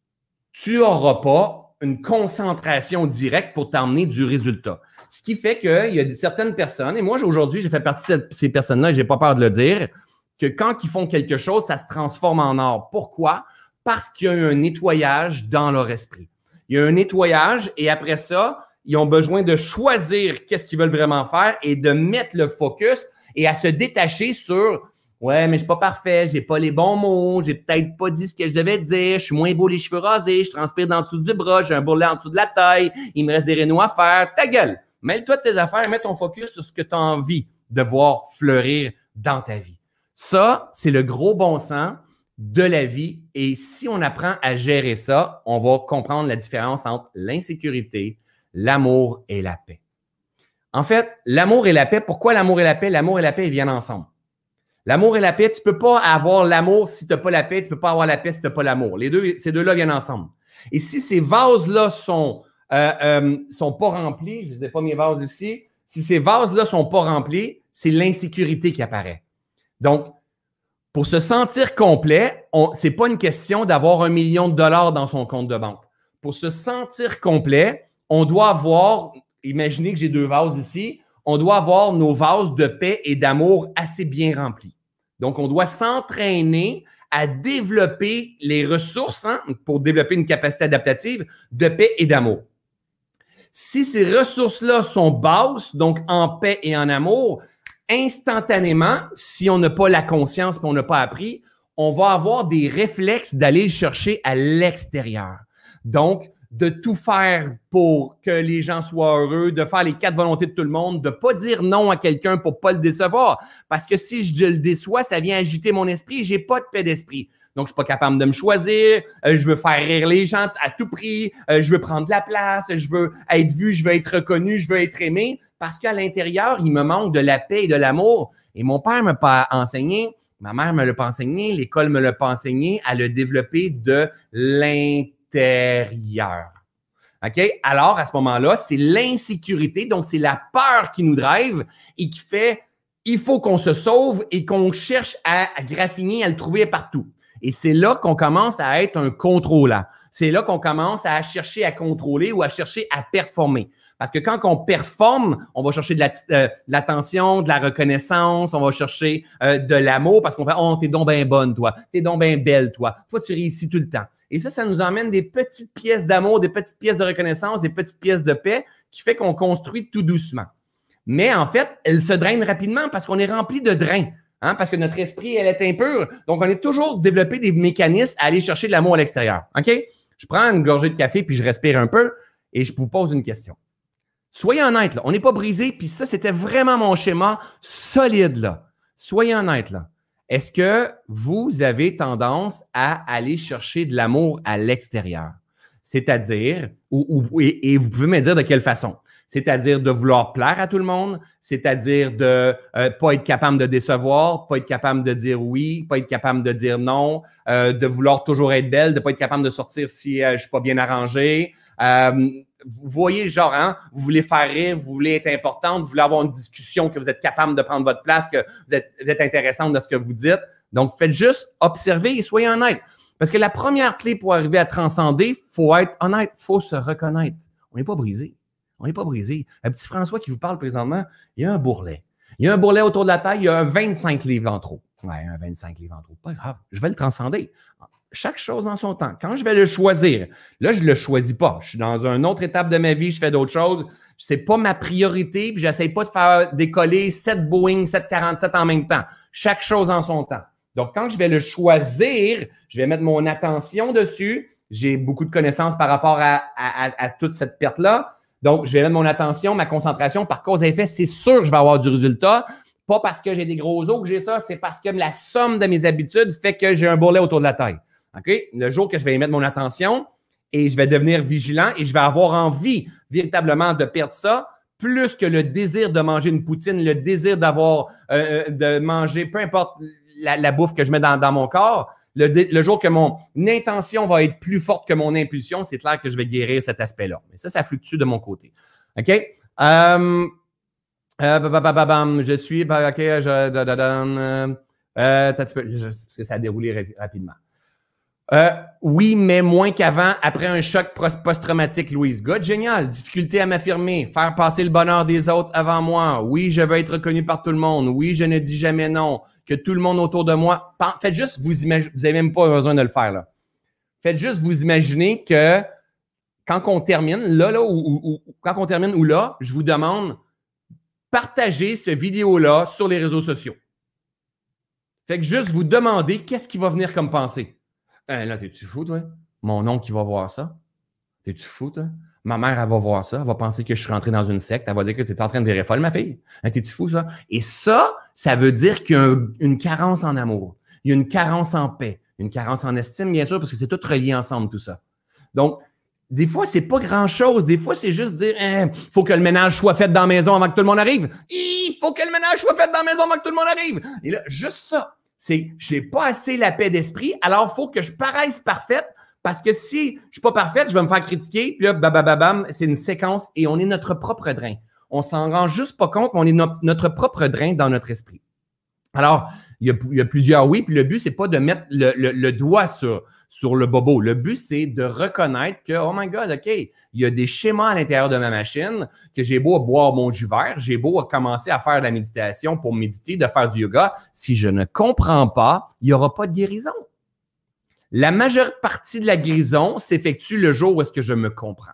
tu n'auras pas une concentration directe pour t'emmener du résultat. Ce qui fait qu'il y a certaines personnes, et moi aujourd'hui, j'ai fait partie de ces personnes-là et je n'ai pas peur de le dire, que quand ils font quelque chose, ça se transforme en or. Pourquoi? Parce qu'il y a eu un nettoyage dans leur esprit. Il y a un nettoyage et après ça, ils ont besoin de choisir qu'est-ce qu'ils veulent vraiment faire et de mettre le focus et à se détacher sur ouais, mais je suis pas parfait, j'ai pas les bons mots, j'ai peut-être pas dit ce que je devais dire, je suis moins beau les cheveux rasés, je transpire dans le dessous du bras, j'ai un bourrelet en dessous de la taille, il me reste des rénaux à faire. Ta gueule! Mêle-toi de tes affaires, mets ton focus sur ce que tu as envie de voir fleurir dans ta vie. Ça, c'est le gros bon sens de la vie et si on apprend à gérer ça, on va comprendre la différence entre l'insécurité, l'amour et la paix. En fait, l'amour et la paix, pourquoi l'amour et la paix? L'amour et la paix, ils viennent ensemble. L'amour et la paix, tu ne peux pas avoir l'amour si tu n'as pas la paix, tu ne peux pas avoir la paix si tu n'as pas l'amour. Les deux, ces deux-là viennent ensemble. Et si ces vases-là sont, euh, euh, sont pas remplis, je ne sais pas mes vases ici, si ces vases-là ne sont pas remplis, c'est l'insécurité qui apparaît. Donc, pour se sentir complet, ce n'est pas une question d'avoir un million de dollars dans son compte de banque. Pour se sentir complet, on doit avoir, imaginez que j'ai deux vases ici, on doit avoir nos vases de paix et d'amour assez bien remplis. Donc, on doit s'entraîner à développer les ressources hein, pour développer une capacité adaptative de paix et d'amour. Si ces ressources-là sont basses, donc en paix et en amour, instantanément, si on n'a pas la conscience et on n'a pas appris, on va avoir des réflexes d'aller le chercher à l'extérieur. Donc, de tout faire pour que les gens soient heureux, de faire les quatre volontés de tout le monde, de ne pas dire non à quelqu'un pour ne pas le décevoir. Parce que si je le déçois, ça vient agiter mon esprit, je n'ai pas de paix d'esprit. Donc, je ne suis pas capable de me choisir, euh, je veux faire rire les gens à tout prix, euh, je veux prendre de la place, je veux être vu, je veux être reconnu, je veux être aimé. Parce qu'à l'intérieur, il me manque de la paix et de l'amour. Et mon père ne m'a pas enseigné, ma mère ne me l'a pas enseigné, l'école ne me l'a pas enseigné à le développer de l'intérieur. Intérieur. OK? Alors, à ce moment-là, c'est l'insécurité, donc c'est la peur qui nous drive et qui fait il faut qu'on se sauve et qu'on cherche à, à graffiner, à le trouver partout. Et c'est là qu'on commence à être un contrôlant. C'est là qu'on commence à chercher à contrôler ou à chercher à performer. Parce que quand on performe, on va chercher de, la, euh, de l'attention, de la reconnaissance, on va chercher euh, de l'amour parce qu'on fait « Oh, t'es donc bien bonne, toi. T'es donc bien belle, toi. Toi, tu réussis tout le temps. » Et ça, ça nous emmène des petites pièces d'amour, des petites pièces de reconnaissance, des petites pièces de paix qui fait qu'on construit tout doucement. Mais en fait, elles se drainent rapidement parce qu'on est rempli de drains. Hein, parce que notre esprit, elle est impure. Donc, on est toujours développé des mécanismes à aller chercher de l'amour à l'extérieur. OK? Je prends une gorgée de café puis je respire un peu et je vous pose une question. Soyez honnête, là. On n'est pas brisé, puis ça, c'était vraiment mon schéma solide, là. Soyez honnête, là. Est-ce que vous avez tendance à aller chercher de l'amour à l'extérieur? C'est-à-dire, ou, ou, et, et vous pouvez me dire de quelle façon. C'est-à-dire de vouloir plaire à tout le monde, c'est-à-dire de euh, pas être capable de décevoir, pas être capable de dire oui, pas être capable de dire non, euh, de vouloir toujours être belle, de pas être capable de sortir si euh, je suis pas bien arrangée. Euh, vous voyez, genre, hein, vous voulez faire rire, vous voulez être importante, vous voulez avoir une discussion, que vous êtes capable de prendre votre place, que vous êtes, vous êtes intéressante de ce que vous dites. Donc, faites juste observer et soyez honnête. Parce que la première clé pour arriver à transcender, il faut être honnête, il faut se reconnaître. On n'est pas brisé. On n'est pas brisé. Un petit François qui vous parle présentement, il y a un bourrelet. Il y a un bourrelet autour de la taille, il y a un vingt-cinq livres en trop. Ouais, un vingt-cinq livres en trop. Pas grave, je vais le transcender. Chaque chose en son temps. Quand je vais le choisir, là, je ne le choisis pas. Je suis dans une autre étape de ma vie, je fais d'autres choses. Ce n'est pas ma priorité, puis je n'essaie pas de faire décoller sept Boeing sept cent quarante-sept en même temps. Chaque chose en son temps. Donc, quand je vais le choisir, je vais mettre mon attention dessus. J'ai beaucoup de connaissances par rapport à, à, à, à toute cette perte-là. Donc, je vais mettre mon attention, ma concentration. Par cause à effet, c'est sûr que je vais avoir du résultat. Pas parce que j'ai des gros os que j'ai ça, c'est parce que la somme de mes habitudes fait que j'ai un bourrelet autour de la taille. OK? Le jour que je vais y mettre mon attention et je vais devenir vigilant et je vais avoir envie véritablement de perdre ça, plus que le désir de manger une poutine, le désir d'avoir, euh, de manger, peu importe la, la bouffe que je mets dans, dans mon corps, le, le jour que mon intention va être plus forte que mon impulsion, c'est clair que je vais guérir cet aspect-là. Mais ça, ça fluctue de mon côté. OK? Euh, euh, babababam, je suis, OK, je, euh, euh, parce que ça a déroulé rapidement. Euh, oui, mais moins qu'avant, après un choc post-traumatique, Louise. Good, génial. Difficulté à m'affirmer, faire passer le bonheur des autres avant moi. Oui, je veux être reconnu par tout le monde. Oui, je ne dis jamais non. Que tout le monde autour de moi. Faites juste vous imaginer, vous n'avez même pas besoin de le faire, là. Faites juste vous imaginer que quand on termine, là, là, ou, ou, ou quand on termine, ou là, je vous demande, partagez cette vidéo-là sur les réseaux sociaux. Fait que juste vous demandez qu'est-ce qui va venir comme pensée. Hein, là, t'es-tu fou, toi? Mon oncle qui va voir ça? T'es-tu fou, toi? Ma mère, elle va voir ça. Elle va penser que je suis rentré dans une secte. Elle va dire que tu es en train de virer folle, ma fille. Hein, t'es-tu fou, ça? Et ça, ça veut dire qu'il y a un, une carence en amour. Il y a une carence en paix. Une carence en estime, bien sûr, parce que c'est tout relié ensemble, tout ça. Donc, des fois, c'est pas grand-chose. Des fois, c'est juste dire, il hein, faut que le ménage soit fait dans la maison avant que tout le monde arrive. Il faut que le ménage soit fait dans la maison avant que tout le monde arrive. Et là, juste ça. C'est, je n'ai pas assez la paix d'esprit, alors il faut que je paraisse parfaite, parce que si je ne suis pas parfaite, je vais me faire critiquer, puis là, babababam, c'est une séquence et on est notre propre drain. On s'en rend juste pas compte, mais on est no- notre propre drain dans notre esprit. Alors, il y a, il y a plusieurs oui, puis le but, c'est pas de mettre le, le, le doigt sur, sur le bobo. Le but, c'est de reconnaître que, oh my God, OK, il y a des schémas à l'intérieur de ma machine, que j'ai beau à boire mon jus vert, j'ai beau à commencer à faire de la méditation pour méditer, de faire du yoga. Si je ne comprends pas, il n'y aura pas de guérison. La majeure partie de la guérison s'effectue le jour où est-ce que je me comprends.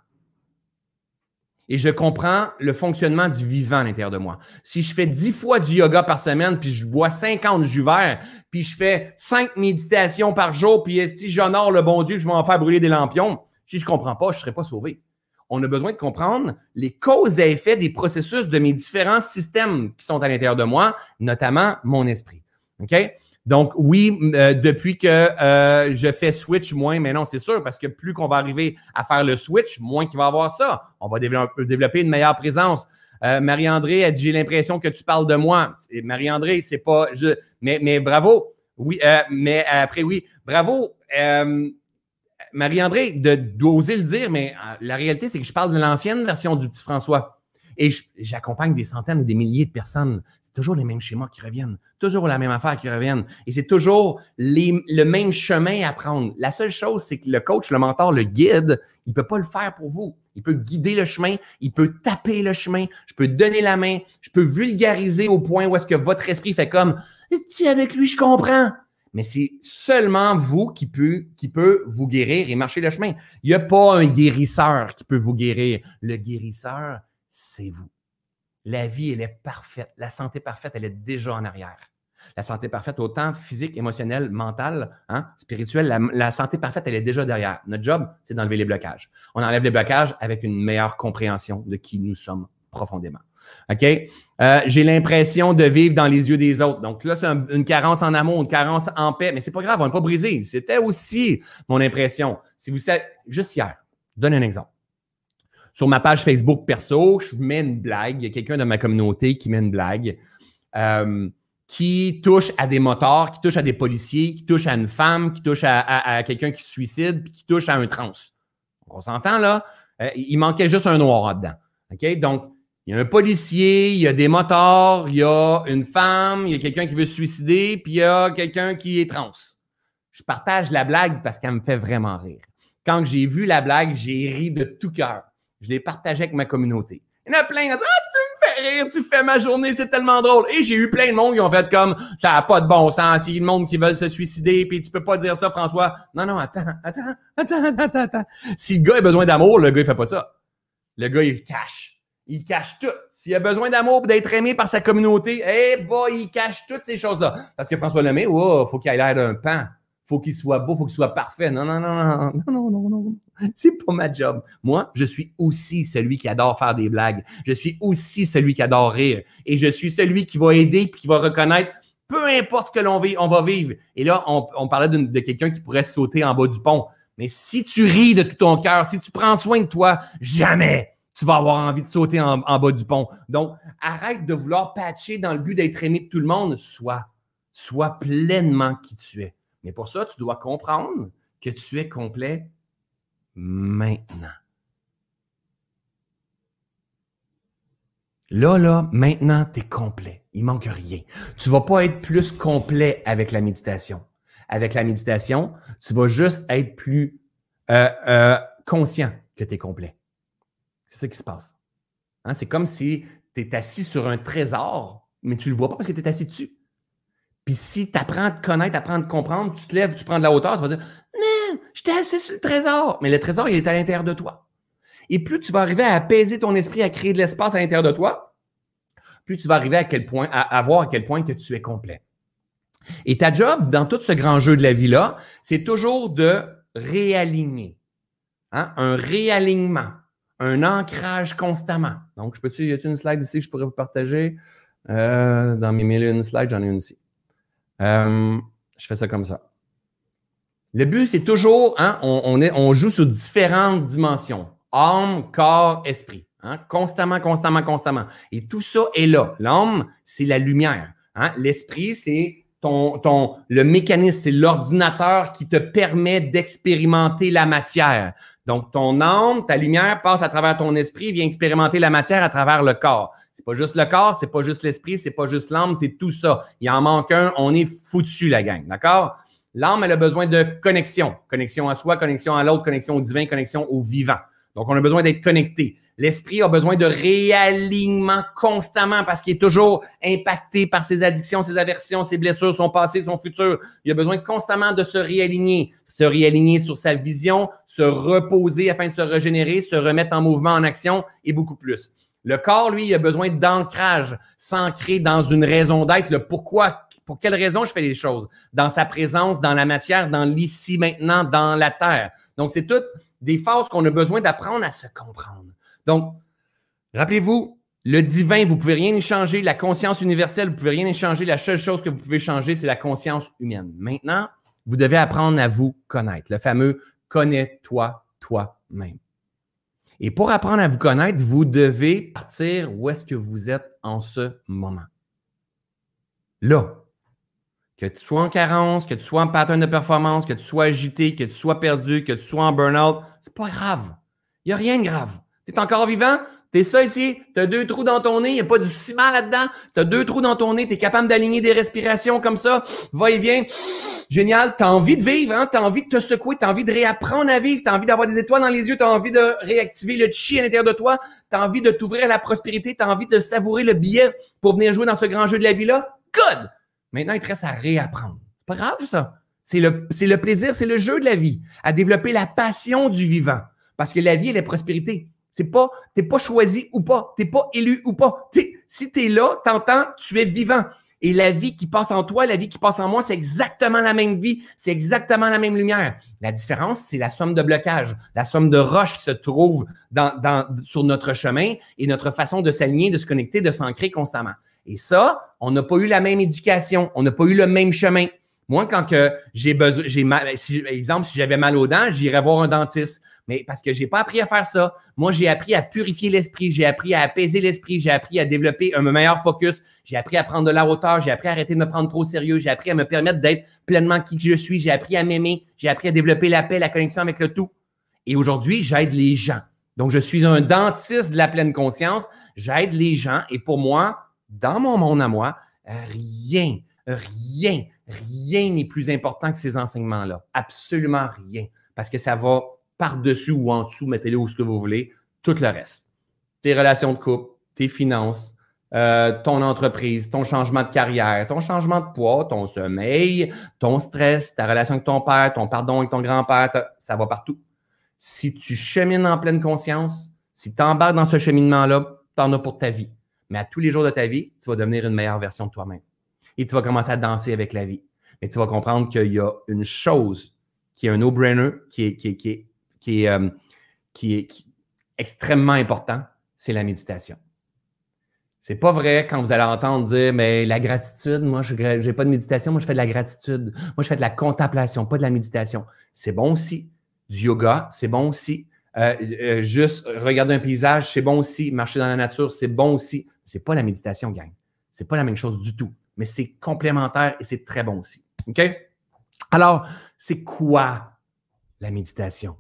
Et je comprends le fonctionnement du vivant à l'intérieur de moi. Si je fais dix fois du yoga par semaine, puis je bois cinquante jus verts, puis je fais cinq méditations par jour, puis si j'honore le bon Dieu, je vais en faire brûler des lampions, si je ne comprends pas, je ne serai pas sauvé. On a besoin de comprendre les causes et effets des processus de mes différents systèmes qui sont à l'intérieur de moi, notamment mon esprit. OK? Donc, oui, euh, depuis que euh, je fais switch moins, mais non, c'est sûr, parce que plus qu'on va arriver à faire le switch, moins qu'il va y avoir ça. On va développer, développer une meilleure présence. Euh, Marie-André a dit, j'ai l'impression que tu parles de moi. Marie-André, c'est pas... Je, mais, mais bravo. Oui, euh, mais après, oui, bravo. Euh, Marie-André, de, d'oser le dire, mais euh, la réalité, c'est que je parle de l'ancienne version du petit François. Et je, j'accompagne des centaines et des milliers de personnes. C'est toujours les mêmes schémas qui reviennent. Toujours la même affaire qui reviennent. Et c'est toujours les, le même chemin à prendre. La seule chose, c'est que le coach, le mentor, le guide, il ne peut pas le faire pour vous. Il peut guider le chemin, il peut taper le chemin, je peux donner la main, je peux vulgariser au point où est-ce que votre esprit fait comme « Tu es avec lui, je comprends ». Mais c'est seulement vous qui peut, qui peut vous guérir et marcher le chemin. Il n'y a pas un guérisseur qui peut vous guérir. Le guérisseur, c'est vous. La vie, elle est parfaite. La santé parfaite, elle est déjà en arrière. La santé parfaite, autant physique, émotionnelle, mentale, hein, spirituelle, la, la santé parfaite, elle est déjà derrière. Notre job, c'est d'enlever les blocages. On enlève les blocages avec une meilleure compréhension de qui nous sommes profondément. OK? Euh, j'ai l'impression de vivre dans les yeux des autres. Donc là, c'est un, une carence en amour, une carence en paix. Mais c'est pas grave, on n'est pas brisé. C'était aussi mon impression. Si vous savez, juste hier, Je donne un exemple. Sur ma page Facebook perso, je mets une blague. Il y a quelqu'un de ma communauté qui met une blague euh, qui touche à des motards, qui touche à des policiers, qui touche à une femme, qui touche à, à, à quelqu'un qui se suicide, puis qui touche à un trans. On s'entend là? Euh, il manquait juste un noir là-dedans. OK? Donc, il y a un policier, il y a des motards, il y a une femme, il y a quelqu'un qui veut se suicider, puis il y a quelqu'un qui est trans. Je partage la blague parce qu'elle me fait vraiment rire. Quand j'ai vu la blague, j'ai ri de tout cœur. Je l'ai partagé avec ma communauté. Il y en a plein qui ont dit « Ah, tu me fais rire, tu fais ma journée, c'est tellement drôle. » Et j'ai eu plein de monde qui ont fait comme « Ça n'a pas de bon sens, il y a du monde qui veulent se suicider, puis tu peux pas dire ça, François. » Non, non, attends, attends, attends, attends, attends. Si le gars a besoin d'amour, le gars, il fait pas ça. Le gars, il cache. Il cache tout. S'il a besoin d'amour et d'être aimé par sa communauté, eh hey boy, il cache toutes ces choses-là. Parce que François Lemay, oh, faut qu'il ait l'air d'un pan. Faut qu'il soit beau, faut qu'il soit parfait. Non, non, non, non, non, non, non, non. C'est pas ma job. Moi, je suis aussi celui qui adore faire des blagues. Je suis aussi celui qui adore rire. Et je suis celui qui va aider et qui va reconnaître peu importe ce que l'on vit, on va vivre. Et là, on, on parlait de, de quelqu'un qui pourrait sauter en bas du pont. Mais si tu ris de tout ton cœur, si tu prends soin de toi, jamais tu vas avoir envie de sauter en, en bas du pont. Donc, arrête de vouloir patcher dans le but d'être aimé de tout le monde. Sois, sois pleinement qui tu es. Mais pour ça, tu dois comprendre que tu es complet maintenant. Là, là, maintenant, tu es complet. Il manque rien. Tu ne vas pas être plus complet avec la méditation. Avec la méditation, tu vas juste être plus euh, euh, conscient que tu es complet. C'est ça qui se passe. Hein? C'est comme si tu es assis sur un trésor, mais tu ne le vois pas parce que tu es assis dessus. Puis si tu apprends à te connaître, apprends à te comprendre, tu te lèves, tu prends de la hauteur, tu vas dire « Non, j'étais assis sur le trésor. » Mais le trésor, il est à l'intérieur de toi. Et plus tu vas arriver à apaiser ton esprit, à créer de l'espace à l'intérieur de toi, plus tu vas arriver à quel point, à, à voir à quel point que tu es complet. Et ta job, dans tout ce grand jeu de la vie-là, c'est toujours de réaligner. Hein? Un réalignement, un ancrage constamment. Donc, je peux-tu, y a-t-il une slide ici que je pourrais vous partager? Euh, dans mes mille et une slides, j'en ai une ici. Euh, je fais ça comme ça. Le but, c'est toujours, hein, on, on, est, on joue sur différentes dimensions. Âme, corps, esprit. Hein, constamment, constamment, constamment. Et tout ça est là. L'âme, c'est la lumière. Hein? L'esprit, c'est ton, ton, le mécanisme, c'est l'ordinateur qui te permet d'expérimenter la matière. Donc, ton âme, ta lumière passe à travers ton esprit, vient expérimenter la matière à travers le corps. C'est pas juste le corps, c'est pas juste l'esprit, c'est pas juste l'âme, c'est tout ça. Il en manque un, on est foutu, la gang. D'accord? L'âme, elle a besoin de connexion. Connexion à soi, connexion à l'autre, connexion au divin, connexion au vivant. Donc, on a besoin d'être connecté. L'esprit a besoin de réalignement constamment parce qu'il est toujours impacté par ses addictions, ses aversions, ses blessures, son passé, son futur. Il a besoin constamment de se réaligner, se réaligner sur sa vision, se reposer afin de se régénérer, se remettre en mouvement, en action et beaucoup plus. Le corps, lui, il a besoin d'ancrage, s'ancrer dans une raison d'être, le pourquoi, pour quelle raison je fais les choses, dans sa présence, dans la matière, dans l'ici, maintenant, dans la terre. Donc, c'est toutes des phases qu'on a besoin d'apprendre à se comprendre. Donc, rappelez-vous, le divin, vous ne pouvez rien y changer. La conscience universelle, vous ne pouvez rien y changer. La seule chose que vous pouvez changer, c'est la conscience humaine. Maintenant, vous devez apprendre à vous connaître. Le fameux « connais-toi toi-même ». Et pour apprendre à vous connaître, vous devez partir où est-ce que vous êtes en ce moment. Là. Que tu sois en carence, que tu sois en pattern de performance, que tu sois agité, que tu sois perdu, que tu sois en burn-out, c'est pas grave. Il n'y a rien de grave. Tu es encore vivant, tu es ça ici, tu as deux trous dans ton nez, il n'y a pas du ciment là-dedans, tu as deux trous dans ton nez, tu es capable d'aligner des respirations comme ça, va et vient. Génial, tu as envie de vivre, hein? Tu as envie de te secouer, tu as envie de réapprendre à vivre, tu as envie d'avoir des étoiles dans les yeux, tu as envie de réactiver le chi à l'intérieur de toi, tu as envie de t'ouvrir à la prospérité, tu as envie de savourer le billet pour venir jouer dans ce grand jeu de la vie-là. Good! Maintenant, il te reste à réapprendre. C'est pas grave, ça. C'est le, c'est le plaisir, c'est le jeu de la vie, à développer la passion du vivant. Parce que la vie, elle est prospérité. C'est pas, t'es pas choisi ou pas, t'es pas élu ou pas. T'es, si t'es là, t'entends, tu es vivant. Et la vie qui passe en toi, la vie qui passe en moi, c'est exactement la même vie, c'est exactement la même lumière. La différence, c'est la somme de blocage, la somme de roches qui se trouve dans, dans, sur notre chemin et notre façon de s'aligner, de se connecter, de s'ancrer constamment. Et ça, on n'a pas eu la même éducation, on n'a pas eu le même chemin. Moi, quand que j'ai besoin, j'ai mal, si, par exemple, si j'avais mal aux dents, j'irais voir un dentiste. Mais parce que je n'ai pas appris à faire ça. Moi, j'ai appris à purifier l'esprit, j'ai appris à apaiser l'esprit, j'ai appris à développer un meilleur focus, j'ai appris à prendre de la hauteur, j'ai appris à arrêter de me prendre trop au sérieux, j'ai appris à me permettre d'être pleinement qui je suis, j'ai appris à m'aimer, j'ai appris à développer la paix, la connexion avec le tout. Et aujourd'hui, j'aide les gens. Donc, je suis un dentiste de la pleine conscience, j'aide les gens et pour moi, dans mon monde à moi, rien, rien, rien n'est plus important que ces enseignements-là. Absolument rien. Parce que ça va par-dessus ou en dessous, mettez-le où ce que vous voulez, tout le reste. Tes relations de couple, tes finances, euh, ton entreprise, ton changement de carrière, ton changement de poids, ton sommeil, ton stress, ta relation avec ton père, ton pardon avec ton grand-père, ça va partout. Si tu chemines en pleine conscience, si tu embarques dans ce cheminement-là, tu en as pour ta vie. Mais à tous les jours de ta vie, tu vas devenir une meilleure version de toi-même. Et tu vas commencer à danser avec la vie. Mais tu vas comprendre qu'il y a une chose qui est un no-brainer, qui est, qui est, qui est Qui est, euh, qui est, qui est extrêmement important, c'est la méditation. C'est pas vrai quand vous allez entendre dire, mais la gratitude, moi, je n'ai pas de méditation, moi, je fais de la gratitude. Moi, je fais de la contemplation, pas de la méditation. C'est bon aussi. Du yoga, c'est bon aussi. Euh, euh, juste regarder un paysage, c'est bon aussi. Marcher dans la nature, c'est bon aussi. C'est pas la méditation, gang. C'est pas la même chose du tout. Mais c'est complémentaire et c'est très bon aussi. OK? Alors, c'est quoi la méditation?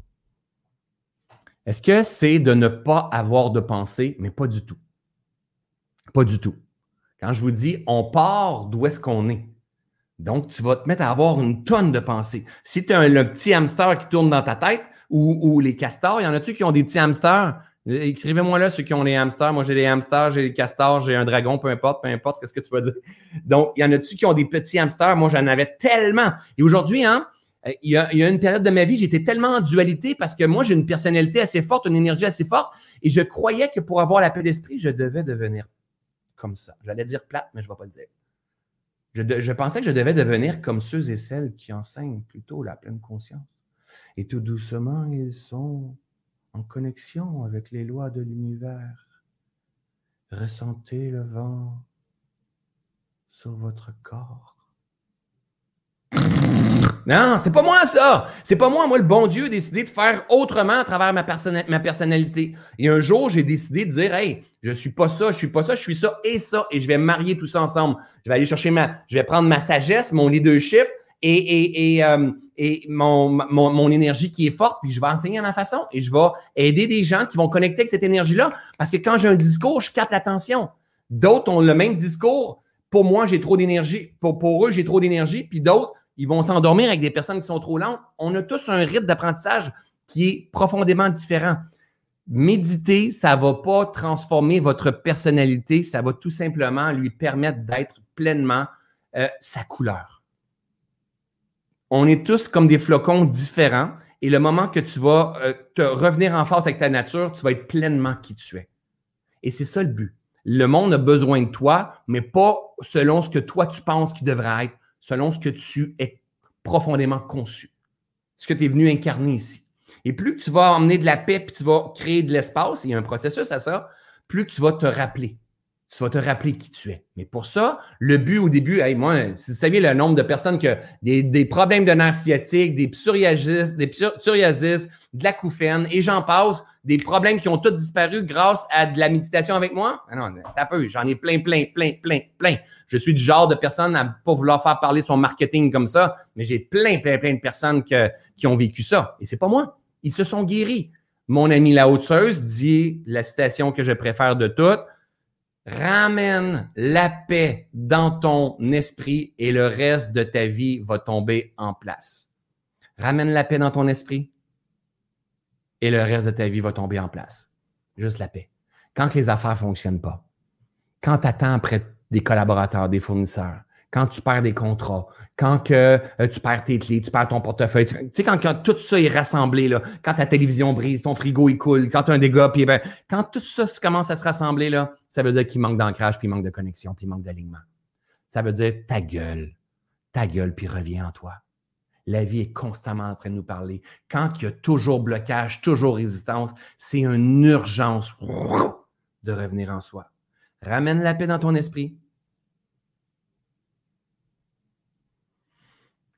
Est-ce que c'est de ne pas avoir de pensée? Mais pas du tout. Pas du tout. Quand je vous dis, on part d'où est-ce qu'on est. Donc, tu vas te mettre à avoir une tonne de pensées. Si tu as un, le petit hamster qui tourne dans ta tête ou, ou les castors, il y en a-tu qui ont des petits hamsters? Écrivez-moi là ceux qui ont les hamsters. Moi, j'ai des hamsters, j'ai des castors, j'ai un dragon, peu importe, peu importe, qu'est-ce que tu vas dire. Donc, il y en a-tu qui ont des petits hamsters? Moi, j'en avais tellement. Et aujourd'hui, hein, Il y, a, il y a une période de ma vie, j'étais tellement en dualité parce que moi, j'ai une personnalité assez forte, une énergie assez forte et je croyais que pour avoir la paix d'esprit, je devais devenir comme ça. J'allais dire plate, mais je ne vais pas le dire. Je, de, je pensais que je devais devenir comme ceux et celles qui enseignent plutôt la pleine conscience. Et tout doucement, ils sont en connexion avec les lois de l'univers. Ressentez le vent sur votre corps. Non, c'est pas moi ça. C'est pas moi. Moi, le bon Dieu a décidé de faire autrement à travers ma, personna- ma personnalité. Et un jour, j'ai décidé de dire, hey, je suis pas ça, je suis pas ça, je suis ça et ça. Et je vais marier tout ça ensemble. Je vais aller chercher ma, je vais prendre ma sagesse, mon leadership et, et, et, euh, et mon, mon, mon énergie qui est forte. Puis je vais enseigner à ma façon et je vais aider des gens qui vont connecter avec cette énergie-là. Parce que quand j'ai un discours, je capte l'attention. D'autres ont le même discours. Pour moi, j'ai trop d'énergie. Pour, pour eux, j'ai trop d'énergie. Puis d'autres, ils vont s'endormir avec des personnes qui sont trop lentes. On a tous un rythme d'apprentissage qui est profondément différent. Méditer, ça ne va pas transformer votre personnalité, ça va tout simplement lui permettre d'être pleinement euh, sa couleur. On est tous comme des flocons différents et le moment que tu vas euh, te revenir en face avec ta nature, tu vas être pleinement qui tu es. Et c'est ça le but. Le monde a besoin de toi, mais pas selon ce que toi tu penses qu'il devrait être, selon ce que tu es profondément conçu, ce que tu es venu incarner ici. Et plus que tu vas emmener de la paix puis tu vas créer de l'espace, il y a un processus à ça, plus que tu vas te rappeler. Tu vas te rappeler qui tu es. Mais pour ça, le but au début, hey, moi, si vous saviez le nombre de personnes qui ont des, des problèmes de nerfs sciatiques, des psoriasis, des psoriasis, de l'acouphène, et j'en passe, des problèmes qui ont tous disparu grâce à de la méditation avec moi? Ah non, t'as peu, j'en ai plein, plein, plein, plein, plein. Je suis du genre de personne à ne pas vouloir faire parler son marketing comme ça, mais j'ai plein, plein, plein de personnes que, qui ont vécu ça. Et c'est pas moi. Ils se sont guéris. Mon ami la Haute-Seuse dit la citation que je préfère de toutes: ramène la paix dans ton esprit et le reste de ta vie va tomber en place. Ramène la paix dans ton esprit et le reste de ta vie va tomber en place. Juste la paix. Quand les affaires ne fonctionnent pas, quand tu attends après des collaborateurs, des fournisseurs, quand tu perds des contrats, quand que, euh, tu perds tes clés, tu perds ton portefeuille, tu sais, quand, quand tout ça est rassemblé, là, quand ta télévision brise, ton frigo il coule, quand tu as un dégât, puis ben, quand tout ça commence à se rassembler, là, ça veut dire qu'il manque d'ancrage, puis il manque de connexion, puis il manque d'alignement. Ça veut dire ta gueule, ta gueule, puis reviens en toi. La vie est constamment en train de nous parler. Quand il y a toujours blocage, toujours résistance, c'est une urgence de revenir en soi. Ramène la paix dans ton esprit.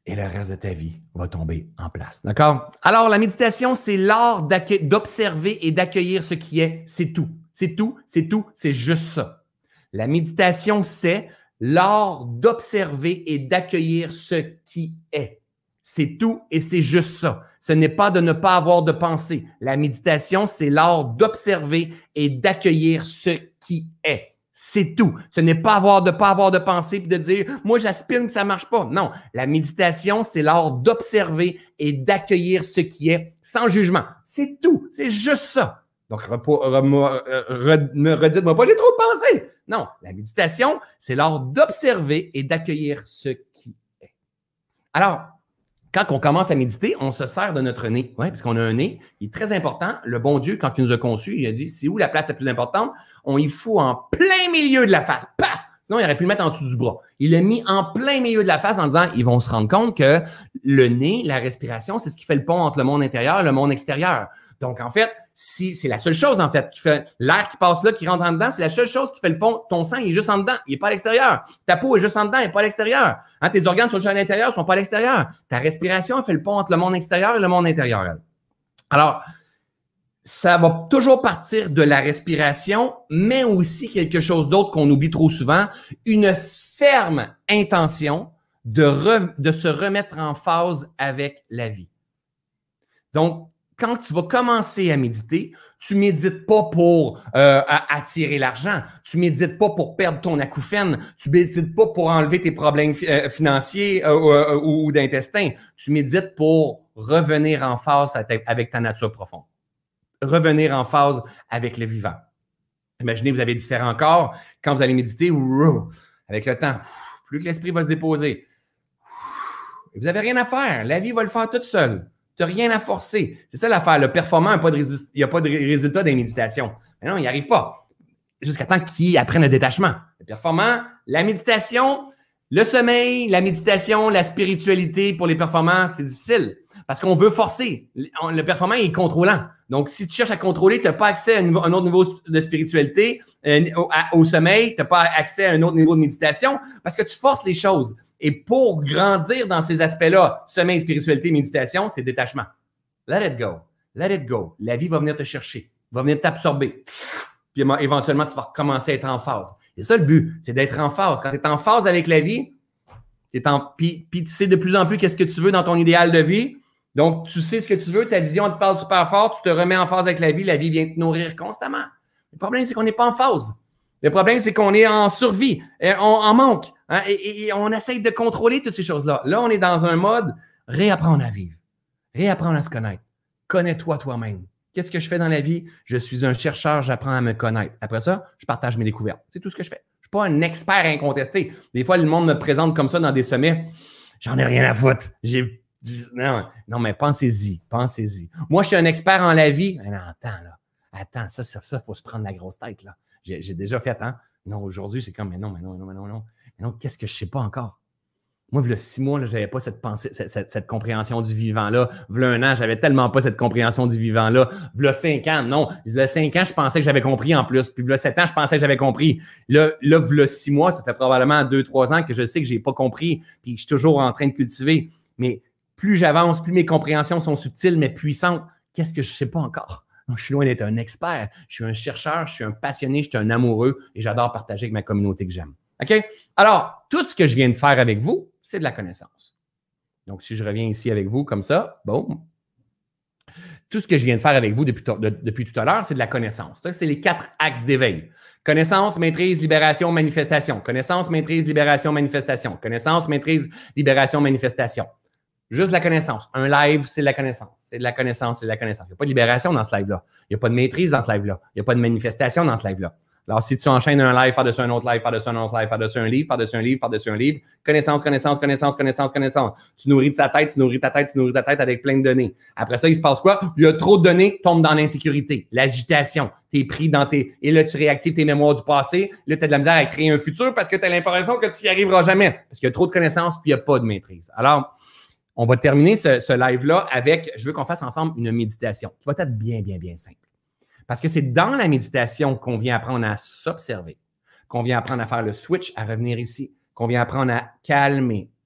et le reste de ta vie va tomber en place. D'accord? Alors, la méditation, c'est l'art d'observer et d'accueillir ce qui est. C'est tout. C'est tout, c'est tout, c'est juste ça. La méditation, c'est l'art d'observer et d'accueillir ce qui est. C'est tout et c'est juste ça. Ce n'est pas de ne pas avoir de pensée. La méditation, c'est l'art d'observer et d'accueillir ce qui est. C'est tout. Ce n'est pas avoir de pas avoir de pensée puis de dire « moi, j'aspire que ça ne marche pas ». Non, la méditation, c'est l'art d'observer et d'accueillir ce qui est sans jugement. C'est tout. C'est juste ça. Donc, repos, re, re, ne redites-moi pas « j'ai trop de pensées ». Non, la méditation, c'est l'art d'observer et d'accueillir ce qui est. Alors, quand on commence à méditer, on se sert de notre nez. Oui, parce qu'on a un nez, il est très important. Le bon Dieu, quand il nous a conçus, il a dit, c'est où la place la plus importante? On y fout en plein milieu de la face. Paf! Sinon, il aurait pu le mettre en dessous du bras. Il l'a mis en plein milieu de la face en disant, ils vont se rendre compte que le nez, la respiration, c'est ce qui fait le pont entre le monde intérieur et le monde extérieur. Donc, en fait, si c'est la seule chose, en fait, qui fait l'air qui passe là, qui rentre en dedans, c'est la seule chose qui fait le pont. Ton sang, il est juste en dedans, il n'est pas à l'extérieur. Ta peau est juste en dedans, il n'est pas à l'extérieur. Hein, tes organes sont juste à l'intérieur, ils ne sont pas à l'extérieur. Ta respiration, elle fait le pont entre le monde extérieur et le monde intérieur. Elle. Alors, ça va toujours partir de la respiration, mais aussi quelque chose d'autre qu'on oublie trop souvent, une ferme intention de, re, de se remettre en phase avec la vie. Donc, quand tu vas commencer à méditer, tu ne médites pas pour euh, attirer l'argent, tu ne médites pas pour perdre ton acouphène, tu ne médites pas pour enlever tes problèmes euh, financiers euh, euh, ou, ou d'intestin, tu médites pour revenir en phase avec ta nature profonde, revenir en phase avec le vivant. Imaginez, vous avez différents corps, quand vous allez méditer, avec le temps, plus que l'esprit va se déposer, vous n'avez rien à faire, la vie va le faire toute seule. Tu n'as rien à forcer. C'est ça l'affaire. Le performant, il n'y a pas de résultat des méditations. Mais non, il n'y arrive pas. Jusqu'à temps qu'il apprenne le détachement. Le performant, la méditation, le sommeil, la méditation, la spiritualité pour les performants, c'est difficile. Parce qu'on veut forcer. Le performant est contrôlant. Donc, si tu cherches à contrôler, tu n'as pas accès à un, un autre niveau de spiritualité, euh, au, à, au sommeil, tu n'as pas accès à un autre niveau de méditation parce que tu forces les choses. Et pour grandir dans ces aspects-là, sommeil, spiritualité, méditation, c'est détachement. Let it go. Let it go. La vie va venir te chercher, va venir t'absorber. Puis éventuellement, tu vas recommencer à être en phase. C'est ça le but, c'est d'être en phase. Quand tu es en phase avec la vie, t'es en, puis, puis tu sais de plus en plus qu'est-ce que tu veux dans ton idéal de vie. Donc, tu sais ce que tu veux, ta vision te parle super fort, tu te remets en phase avec la vie, la vie vient te nourrir constamment. Le problème, c'est qu'on n'est pas en phase. Le problème, c'est qu'on est en survie, on en manque. Hein, et, et on essaye de contrôler toutes ces choses-là. Là, on est dans un mode réapprendre à vivre, réapprendre à se connaître. Connais-toi toi-même. Qu'est-ce que je fais dans la vie? Je suis un chercheur, j'apprends à me connaître. Après ça, je partage mes découvertes. C'est tout ce que je fais. Je ne suis pas un expert incontesté. Des fois, le monde me présente comme ça dans des sommets. J'en ai rien à foutre. J'ai... Non, non, mais pensez-y, pensez-y. Moi, je suis un expert en la vie. Mais non, attends, là. Attends, ça, ça, ça, il faut se prendre la grosse tête, là. J'ai, j'ai déjà fait, hein? Non, aujourd'hui, c'est comme, mais non, mais non, mais non, mais non, mais non. Mais non, qu'est-ce que je ne sais pas encore? Moi, il y a six mois, je n'avais pas cette pensée, cette, cette, cette compréhension du vivant-là. Il y a un an, j'avais tellement pas cette compréhension du vivant-là. Il y a cinq ans, non. Il y a cinq ans, je pensais que j'avais compris en plus. Puis il y a sept ans, je pensais que j'avais compris. Là, là, il y a six mois, ça fait probablement deux, trois ans que je sais que je n'ai pas compris. Puis je suis toujours en train de cultiver. Mais plus j'avance, plus mes compréhensions sont subtiles, mais puissantes. Qu'est-ce que je ne sais pas encore? Donc, je suis loin d'être un expert. Je suis un chercheur, je suis un passionné, je suis un amoureux et j'adore partager avec ma communauté que j'aime. OK? Alors, tout ce que je viens de faire avec vous, c'est de la connaissance. Donc, si je reviens ici avec vous comme ça, bon, tout ce que je viens de faire avec vous depuis, de, depuis tout à l'heure, c'est de la connaissance. Ça, c'est les quatre axes d'éveil. Connaissance, maîtrise, libération, manifestation. Connaissance, maîtrise, libération, manifestation. Connaissance, maîtrise, libération, manifestation. Juste la connaissance. Un live, c'est de la connaissance. C'est de la connaissance, c'est de la connaissance. Il n'y a pas de libération dans ce live-là. Il n'y a pas de maîtrise dans ce live-là. Il n'y a pas de manifestation dans ce live-là. Alors, si tu enchaînes un live par-dessus un autre live, par-dessus un autre live, par-dessus un livre, par-dessus un livre, par-dessus un livre, connaissance, connaissance, connaissance, connaissance, connaissance. Tu nourris ta tête, tu nourris ta tête, tu nourris ta tête avec plein de données. Après ça, il se passe quoi? Il y a trop de données, tombe dans l'insécurité, l'agitation. Tu es pris dans tes... Et là, tu réactives tes mémoires du passé. Là, tu as de la misère à créer un futur parce que tu as l'impression que tu n'y arriveras jamais. Parce qu'il y a trop de connaissances puis il n'y a pas de maîtrise. Alors, on va terminer ce, ce live-là avec, je veux qu'on fasse ensemble une méditation qui va être bien, bien, bien simple. Parce que c'est dans la méditation qu'on vient apprendre à s'observer, qu'on vient apprendre à faire le switch, à revenir ici, qu'on vient apprendre à calmer,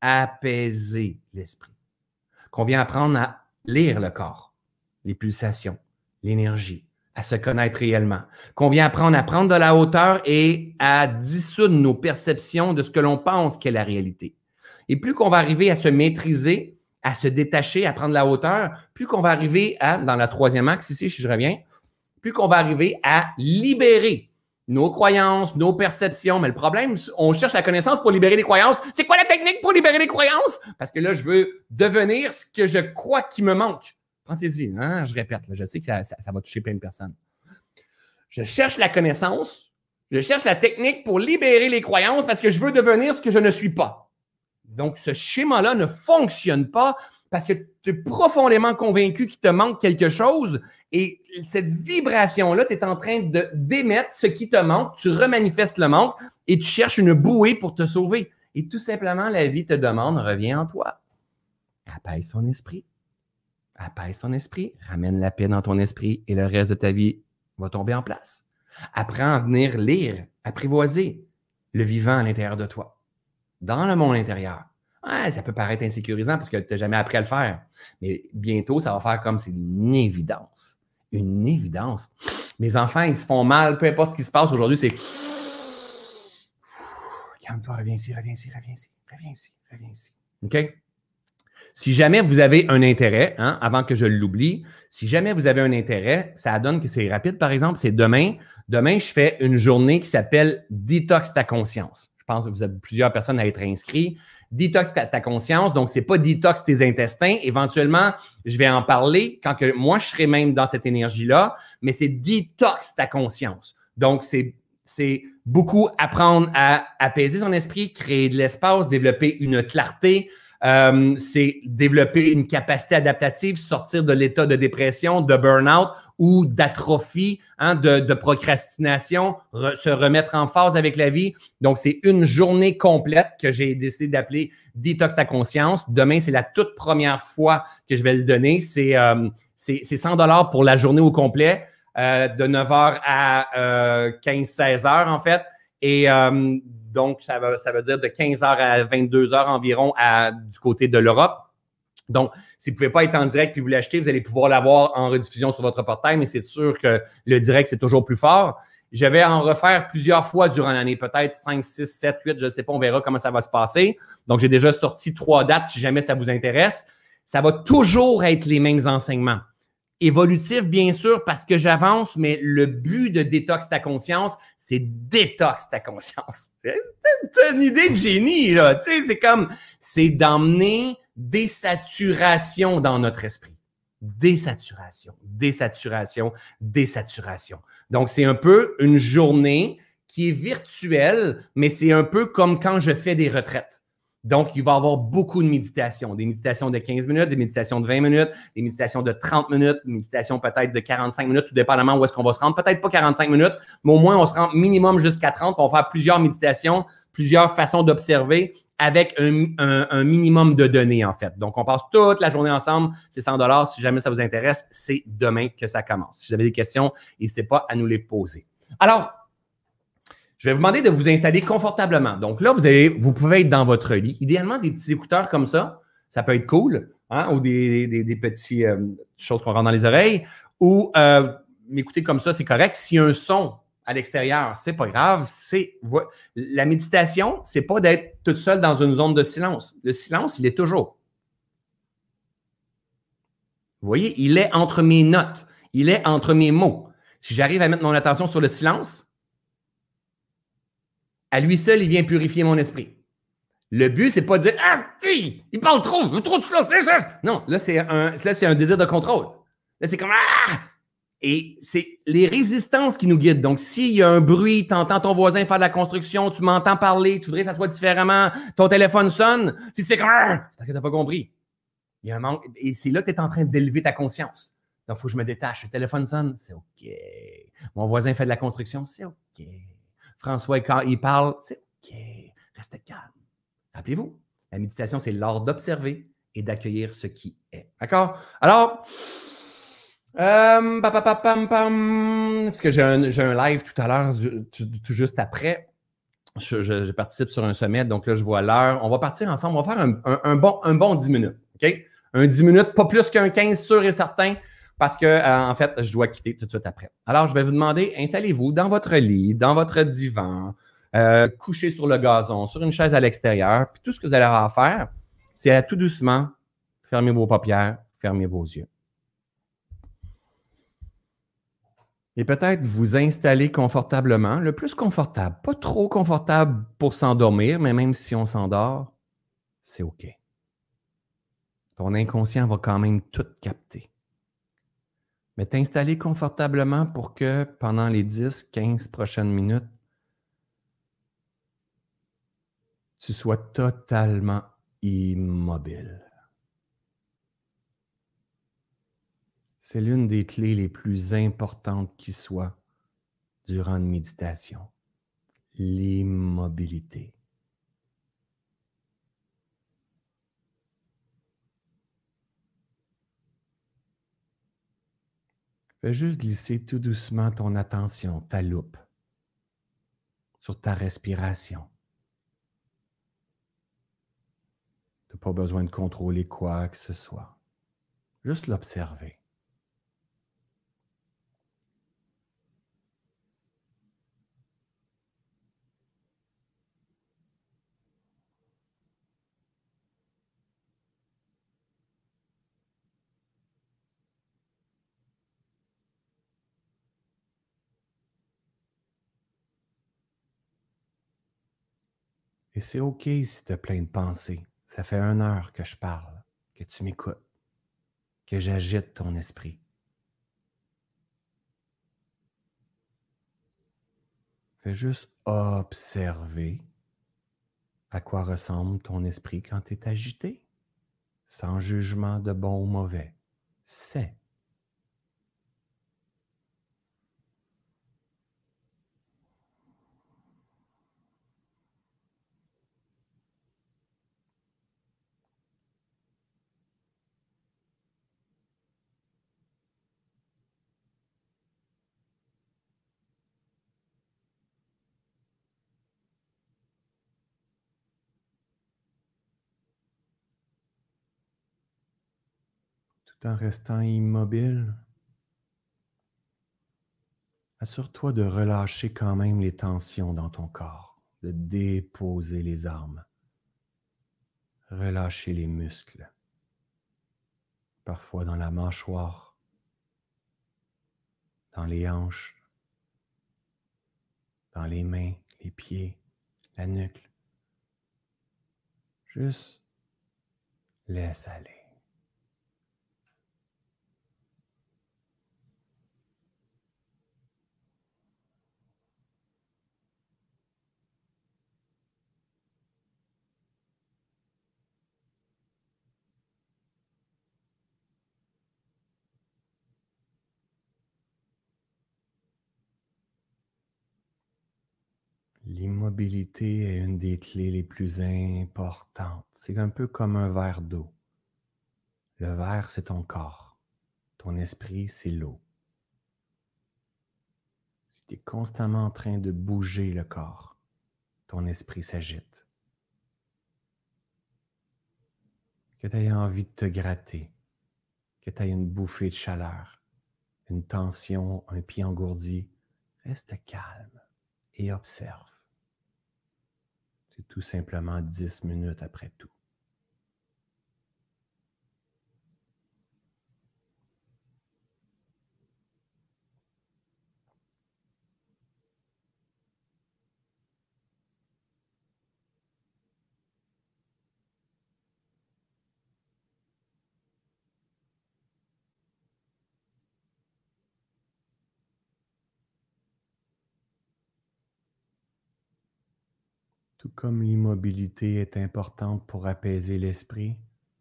apaiser l'esprit. Qu'on vient apprendre à lire le corps, les pulsations, l'énergie, à se connaître réellement. Qu'on vient apprendre à prendre de la hauteur et à dissoudre nos perceptions de ce que l'on pense qu'est la réalité. Et plus qu'on va arriver à se maîtriser, à se détacher, à prendre la hauteur, plus qu'on va arriver à, dans la troisième axe ici, si je reviens, plus qu'on va arriver à libérer nos croyances, nos perceptions. Mais le problème, on cherche la connaissance pour libérer les croyances. C'est quoi la technique pour libérer les croyances? Parce que là, je veux devenir ce que je crois qui me manque. Pensez-y, hein? Je répète, là, je sais que ça, ça, ça va toucher plein de personnes. Je cherche la connaissance, je cherche la technique pour libérer les croyances parce que je veux devenir ce que je ne suis pas. Donc, ce schéma-là ne fonctionne pas parce que tu es profondément convaincu qu'il te manque quelque chose et cette vibration-là, tu es en train de d'émettre ce qui te manque, tu remanifestes le manque et tu cherches une bouée pour te sauver. Et tout simplement, la vie te demande, reviens en toi. Apaise ton esprit. Apaise ton esprit, ramène la paix dans ton esprit et le reste de ta vie va tomber en place. Apprends à venir lire, apprivoiser le vivant à l'intérieur de toi, dans le monde intérieur. Ouais, ça peut paraître insécurisant parce que tu n'as jamais appris à le faire. Mais bientôt, ça va faire comme c'est une évidence. Une évidence. Mes enfants, ils se font mal, peu importe ce qui se passe aujourd'hui, c'est calme-toi, reviens ici, reviens ici, reviens ici, reviens ici, reviens ici. OK? Si jamais vous avez un intérêt, hein, avant que je l'oublie, si jamais vous avez un intérêt, ça donne que c'est rapide, par exemple, c'est demain. Demain, je fais une journée qui s'appelle « Détox ta conscience ». Je pense que vous êtes plusieurs personnes à être inscrits. Détox ta, ta conscience, donc c'est pas détox tes intestins. Éventuellement, je vais en parler quand que moi, je serai même dans cette énergie-là, mais c'est détox ta conscience. Donc, c'est, c'est beaucoup apprendre à apaiser son esprit, créer de l'espace, développer une clarté. Euh, c'est développer une capacité adaptative, sortir de l'état de dépression, de burn-out ou d'atrophie, hein, de, de procrastination, re, se remettre en phase avec la vie. Donc, c'est une journée complète que j'ai décidé d'appeler « Détox ta conscience ». Demain, c'est la toute première fois que je vais le donner. C'est, euh, c'est, c'est cent dollars pour la journée au complet, euh, de neuf heures à euh, quinze seize heures en fait. Et euh, donc, ça veut, ça veut dire de quinze heures à vingt-deux heures environ à, du côté de l'Europe. Donc, si vous ne pouvez pas être en direct puis vous l'achetez, vous allez pouvoir l'avoir en rediffusion sur votre portail, mais c'est sûr que le direct, c'est toujours plus fort. Je vais en refaire plusieurs fois durant l'année, peut-être cinq, six, sept, huit, je ne sais pas, on verra comment ça va se passer. Donc, j'ai déjà sorti trois dates si jamais ça vous intéresse. Ça va toujours être les mêmes enseignements. Évolutif, bien sûr, parce que j'avance, mais le but de Détox ta conscience, c'est détox ta conscience. C'est une idée de génie, là. Tu sais, c'est comme, c'est d'emmener des saturations dans notre esprit. Désaturation, désaturation, désaturation. Donc, c'est un peu une journée qui est virtuelle, mais c'est un peu comme quand je fais des retraites. Donc, il va y avoir beaucoup de méditations, des méditations de quinze minutes, des méditations de vingt minutes, des méditations de trente minutes, des méditations peut-être de quarante-cinq minutes, tout dépendamment où est-ce qu'on va se rendre. Peut-être pas quarante-cinq minutes, mais au moins, on se rend minimum jusqu'à trente. On va faire plusieurs méditations, plusieurs façons d'observer avec un, un, un minimum de données, en fait. Donc, on passe toute la journée ensemble. C'est cent dollars. Si jamais ça vous intéresse, c'est demain que ça commence. Si vous avez des questions, n'hésitez pas à nous les poser. Alors, je vais vous demander de vous installer confortablement. Donc là, vous, avez, vous pouvez être dans votre lit. Idéalement, des petits écouteurs comme ça, ça peut être cool, hein, ou des, des, des petites euh, choses qu'on rentre dans les oreilles, ou euh, m'écouter comme ça, c'est correct. S'il y a un son à l'extérieur, c'est pas grave. C'est, la méditation, c'est pas d'être toute seule dans une zone de silence. Le silence, il est toujours. Vous voyez, il est entre mes notes. Il est entre mes mots. Si j'arrive à mettre mon attention sur le silence, à lui seul, il vient purifier mon esprit. Le but, c'est pas de dire « Ah, si, il parle trop, il trop de silence, c'est ça. » Non, là, c'est un, là, c'est un désir de contrôle. Là, c'est comme « Ah! » Et c'est les résistances qui nous guident. Donc, s'il y a un bruit, tu entends ton voisin faire de la construction, tu m'entends parler, tu voudrais que ça soit différemment, ton téléphone sonne, si tu fais comme « Ah! » c'est parce que tu n'as pas compris. Il y a un manque. Et c'est là que tu es en train d'élever ta conscience. Donc, il faut que je me détache. Le téléphone sonne, c'est OK. Mon voisin fait de la construction, c'est OK. François, quand il parle, c'est OK, restez calme. Rappelez-vous, la méditation, c'est l'art d'observer et d'accueillir ce qui est. D'accord? Alors, euh, pam, pam, pam, pam, parce que j'ai un, j'ai un live tout à l'heure, tout, tout juste après. je, je, je participe sur un sommet, donc là, je vois l'heure. On va partir ensemble. On va faire un, un, un bon, un bon dix minutes. OK? Un dix minutes, pas plus qu'un quinze sûr et certain, parce que, euh, en fait, je dois quitter tout de suite après. Alors, je vais vous demander, installez-vous dans votre lit, dans votre divan, euh, couché sur le gazon, sur une chaise à l'extérieur. Puis tout ce que vous allez avoir à faire, c'est à tout doucement fermer vos paupières, fermer vos yeux. Et peut-être vous installer confortablement, le plus confortable, pas trop confortable pour s'endormir, mais même si on s'endort, c'est OK. Ton inconscient va quand même tout capter. Mais t'installer confortablement pour que pendant les dix, quinze prochaines minutes, tu sois totalement immobile. C'est l'une des clés les plus importantes qui soit durant une méditation. L'immobilité. Fais juste glisser tout doucement ton attention, ta loupe, sur ta respiration. Tu n'as pas besoin de contrôler quoi que ce soit. Juste l'observer. Et c'est OK si tu as plein de pensées. Ça fait une heure que je parle, que tu m'écoutes, que j'agite ton esprit. Fais juste observer à quoi ressemble ton esprit quand tu es agité, sans jugement de bon ou mauvais. C'est. Tout en restant immobile, assure-toi de relâcher quand même les tensions dans ton corps, de déposer les armes, relâcher les muscles, parfois dans la mâchoire, dans les hanches, dans les mains, les pieds, la nuque. Juste laisse aller. L'immobilité est une des clés les plus importantes. C'est un peu comme un verre d'eau. Le verre, c'est ton corps. Ton esprit, c'est l'eau. Si tu es constamment en train de bouger le corps, ton esprit s'agite. Que tu aies envie de te gratter, que tu aies une bouffée de chaleur, une tension, un pied engourdi, reste calme et observe. C'est tout simplement dix minutes après tout. Tout comme l'immobilité est importante pour apaiser l'esprit,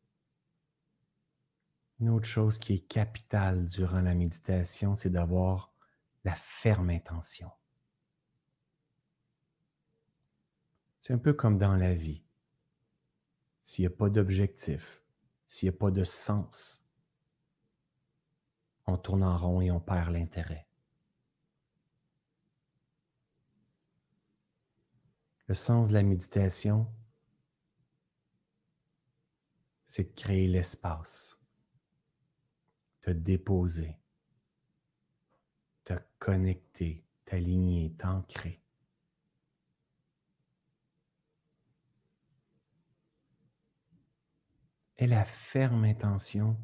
une autre chose qui est capitale durant la méditation, c'est d'avoir la ferme intention. C'est un peu comme dans la vie. S'il n'y a pas d'objectif, s'il n'y a pas de sens, on tourne en rond et on perd l'intérêt. Le Le sens de la méditation, c'est de créer l'espace, te déposer, te connecter, t'aligner, t'ancrer. Et la ferme intention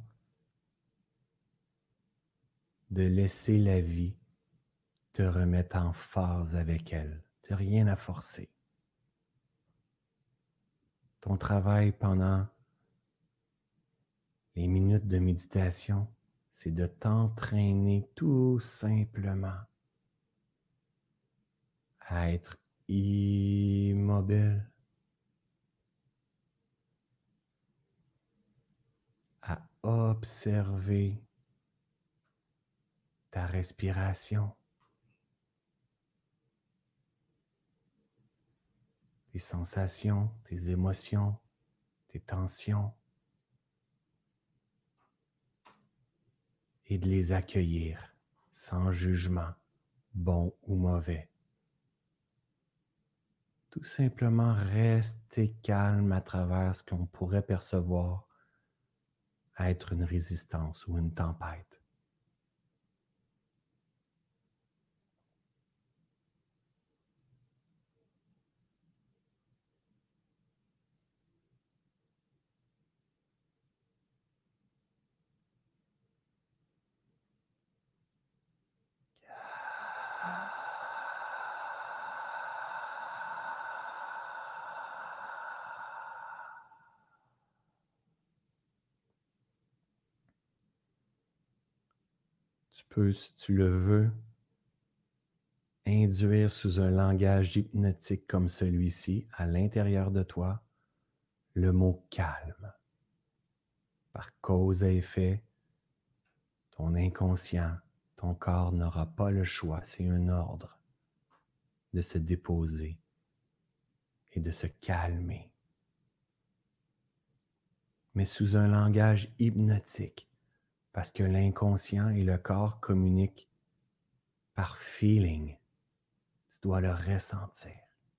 de laisser la vie te remettre en phase avec elle, de rien à forcer. Ton travail pendant les minutes de méditation, c'est de t'entraîner tout simplement à être immobile, à observer ta respiration, tes sensations, tes émotions, tes tensions, et de les accueillir sans jugement, bon ou mauvais. Tout simplement rester calme à travers ce qu'on pourrait percevoir à être une résistance ou une tempête. Tu peux, si tu le veux, induire sous un langage hypnotique comme celui-ci, à l'intérieur de toi, le mot calme. Par cause à effet, ton inconscient, ton corps n'aura pas le choix, c'est un ordre de se déposer et de se calmer. Mais sous un langage hypnotique, parce que l'inconscient et le corps communiquent par feeling. Tu dois le ressentir.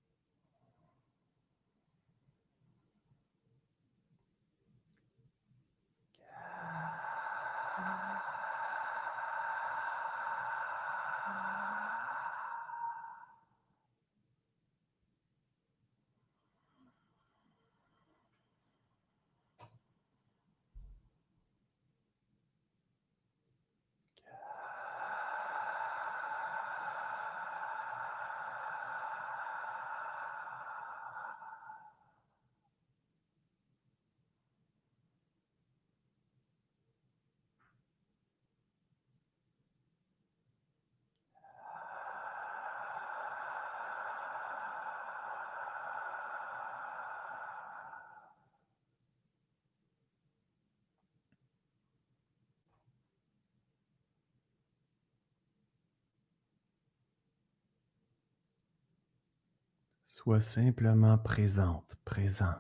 Sois simplement présente, présent,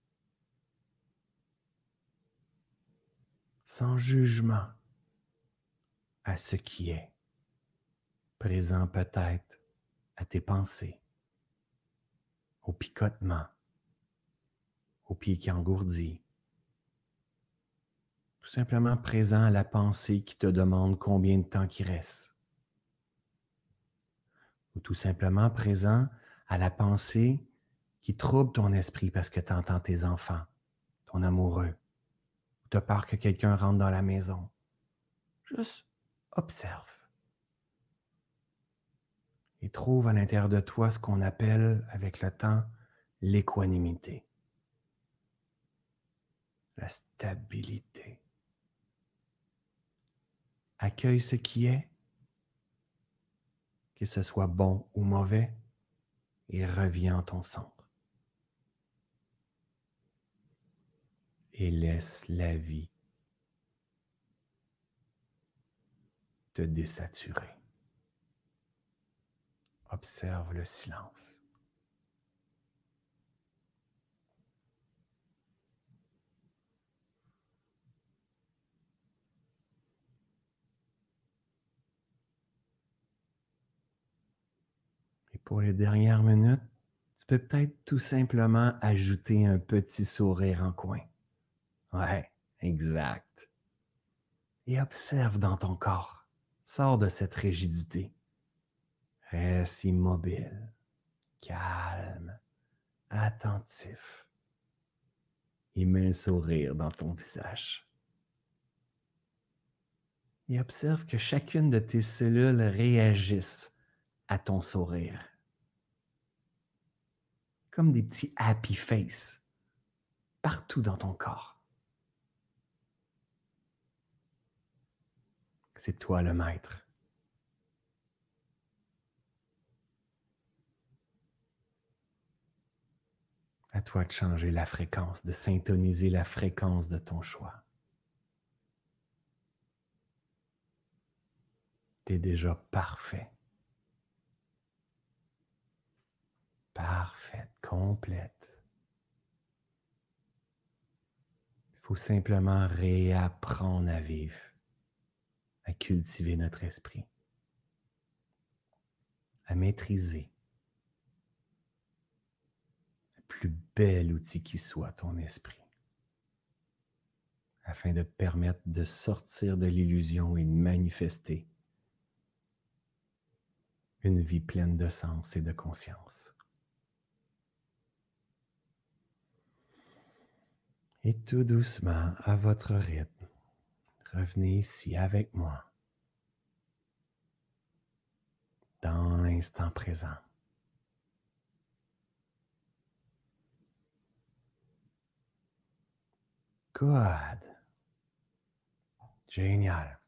sans jugement à ce qui est, présent peut-être à tes pensées, au picotement, au pied qui engourdit, tout simplement présent à la pensée qui te demande combien de temps il reste, ou tout simplement présent à la pensée qui trouble ton esprit parce que tu entends tes enfants, ton amoureux, ou tu as peur que quelqu'un rentre dans la maison. Juste observe. Et trouve à l'intérieur de toi ce qu'on appelle, avec le temps, l'équanimité, la stabilité. Accueille ce qui est, que ce soit bon ou mauvais, et reviens en ton centre. Et laisse la vie te désaturer. Observe le silence. Et pour les dernières minutes, Tu peux peut-être tout simplement ajouter un petit sourire en coin. Ouais, exact. Et observe dans ton corps. Sors de cette rigidité. Reste immobile, calme, attentif. Et mets un sourire dans ton visage. Et observe que chacune de tes cellules réagissent à ton sourire. Comme des petits happy face partout dans ton corps. C'est toi le maître. À toi de changer la fréquence, de syntoniser la fréquence de ton choix. Tu es déjà parfait. Parfaite, complète. Il faut simplement réapprendre à vivre, à cultiver notre esprit, à maîtriser le plus bel outil qui soit, ton esprit, afin de te permettre de sortir de l'illusion et de manifester une vie pleine de sens et de conscience. Et tout doucement, à votre rythme, revenez ici avec moi, dans l'instant présent. Good. Génial.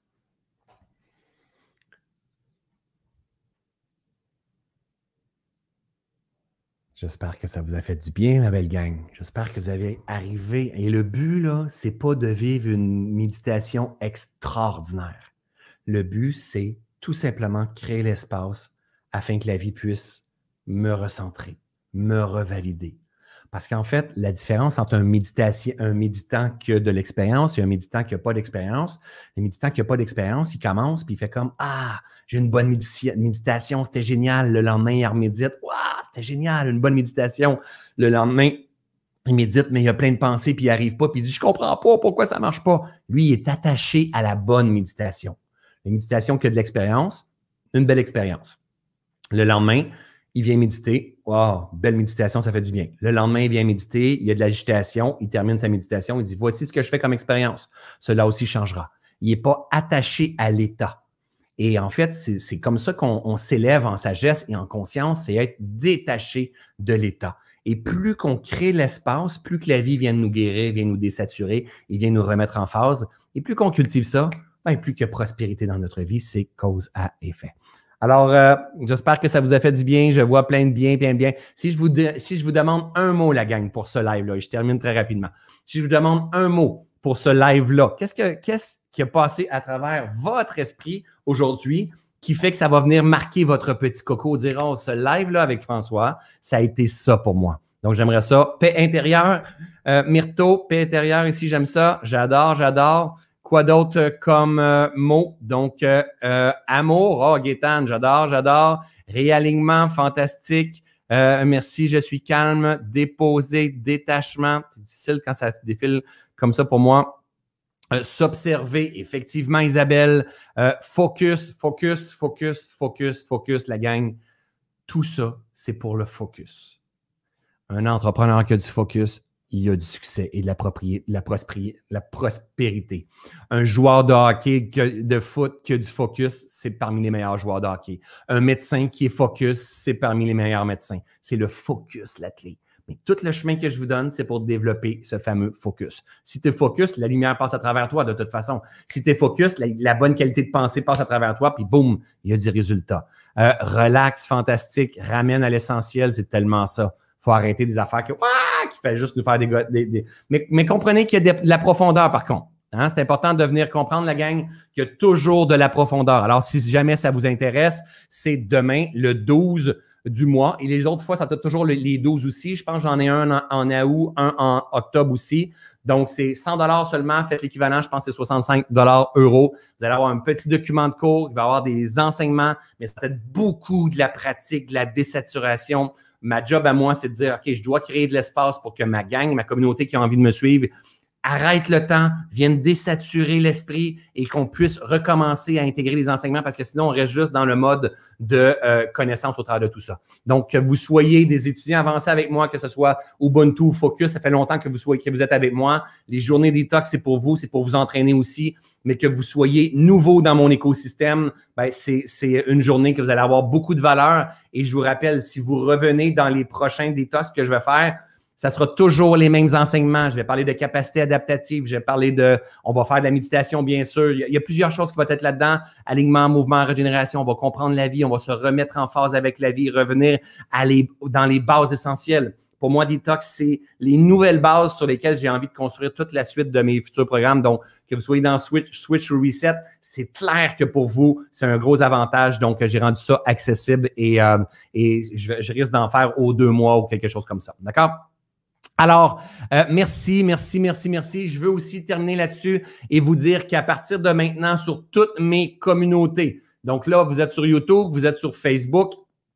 J'espère que ça vous a fait du bien, ma belle gang. J'espère que vous avez arrivé. Et le but, là, c'est pas de vivre une méditation extraordinaire. Le but, c'est tout simplement créer l'espace afin que la vie puisse me recentrer, me revalider. Parce qu'en fait, la différence entre un, méditation, un méditant qui a de l'expérience et un méditant qui n'a pas d'expérience, le méditant qui n'a pas d'expérience, il commence puis il fait comme « Ah, j'ai une bonne médi- méditation, c'était génial. » Le lendemain, il remédite « Waouh, c'était génial, une bonne méditation. » Le lendemain, il médite, mais il a plein de pensées puis il n'y arrive pas puis il dit « Je ne comprends pas pourquoi ça ne marche pas. » Lui, il est attaché à la bonne méditation. La méditation qui a de l'expérience, une belle expérience. Le lendemain, il vient méditer. Wow, belle méditation, ça fait du bien. Le lendemain, il vient méditer, il y a de l'agitation, il termine sa méditation, il dit « Voici ce que je fais comme expérience. Cela aussi changera. » Il n'est pas attaché à l'état. Et en fait, c'est, c'est comme ça qu'on on s'élève en sagesse et en conscience, c'est être détaché de l'état. Et plus qu'on crée l'espace, plus que la vie vient nous guérir, vient nous désaturer et vient nous remettre en phase. Et plus qu'on cultive ça, ben, plus qu'il y a prospérité dans notre vie, c'est cause à effet. Alors, euh, j'espère que ça vous a fait du bien. Je vois plein de bien, plein de bien. Si je vous, de, si je vous demande un mot, la gang, pour ce live-là, et je termine très rapidement. Si je vous demande un mot pour ce live-là, qu'est-ce, que, qu'est-ce qui a passé à travers votre esprit aujourd'hui qui fait que ça va venir marquer votre petit coco, dire « Oh, ce live-là avec François, ça a été ça pour moi. » Donc, j'aimerais ça. Paix intérieure. Euh, Myrto, paix intérieure ici, j'aime ça. J'adore, j'adore. Quoi d'autre comme euh, mot? Donc, euh, euh, amour. Oh, Gaétane, j'adore, j'adore. Réalignement, fantastique. Euh, merci, je suis calme. Déposé, détachement. C'est difficile quand ça défile comme ça pour moi. Euh, s'observer, effectivement, Isabelle. Euh, focus, focus, focus, focus, focus, la gang. Tout ça, c'est pour le focus. Un entrepreneur qui a du focus, il y a du succès et de la, propriété, la, prospérité, la prospérité. Un joueur de hockey, de foot qui a du focus, c'est parmi les meilleurs joueurs de hockey. Un médecin qui est focus, c'est parmi les meilleurs médecins. C'est le focus, la clé. Mais tout le chemin que je vous donne, c'est pour développer ce fameux focus. Si tu es focus, la lumière passe à travers toi de toute façon. Si tu es focus, la, la bonne qualité de pensée passe à travers toi, puis boum, il y a du résultat. Euh, relax, fantastique, ramène à l'essentiel, c'est tellement ça. Il faut arrêter des affaires que, ouah, qui fait juste nous faire des... des, des... Mais, mais comprenez qu'il y a de, de la profondeur, par contre. Hein? C'est important de venir comprendre, la gang, qu'il y a toujours de la profondeur. Alors, si jamais ça vous intéresse, c'est demain, le douze du mois. Et les autres fois, ça peut toujours les douze aussi. Je pense que j'en ai un en, en août, un en octobre aussi. Donc, c'est cent dollars seulement. Faites l'équivalent, je pense que c'est soixante-cinq dollars euros. Vous allez avoir un petit document de cours. Il va y avoir des enseignements, mais ça va être beaucoup de la pratique, de la désaturation. Ma job à moi, c'est de dire, OK, je dois créer de l'espace pour que ma gang, ma communauté qui a envie de me suivre, arrête le temps, vienne désaturer l'esprit et qu'on puisse recommencer à intégrer les enseignements parce que sinon, on reste juste dans le mode de euh, connaissance au travers de tout ça. Donc, que vous soyez des étudiants avancés avec moi, que ce soit Ubuntu, Focus, ça fait longtemps que vous soyez, que vous êtes avec moi. Les journées détox, c'est pour vous, c'est pour vous entraîner aussi, mais que vous soyez nouveau dans mon écosystème, ben c'est, c'est une journée que vous allez avoir beaucoup de valeur. Et je vous rappelle, si vous revenez dans les prochains détox que je vais faire, ça sera toujours les mêmes enseignements. Je vais parler de capacité adaptative. Je vais parler de, on va faire de la méditation, bien sûr. Il y a, il y a plusieurs choses qui vont être là-dedans. Alignement, mouvement, régénération. On va comprendre la vie. On va se remettre en phase avec la vie, revenir à les, dans les bases essentielles. Pour moi, Detox, c'est les nouvelles bases sur lesquelles j'ai envie de construire toute la suite de mes futurs programmes. Donc, que vous soyez dans Switch, Switch ou Reset, c'est clair que pour vous, c'est un gros avantage. Donc, j'ai rendu ça accessible et, euh, et je, je risque d'en faire aux deux mois ou quelque chose comme ça. D'accord? Alors, euh, merci, merci, merci, merci. Je veux aussi terminer là-dessus et vous dire qu'à partir de maintenant, sur toutes mes communautés, donc là, vous êtes sur YouTube, vous êtes sur Facebook,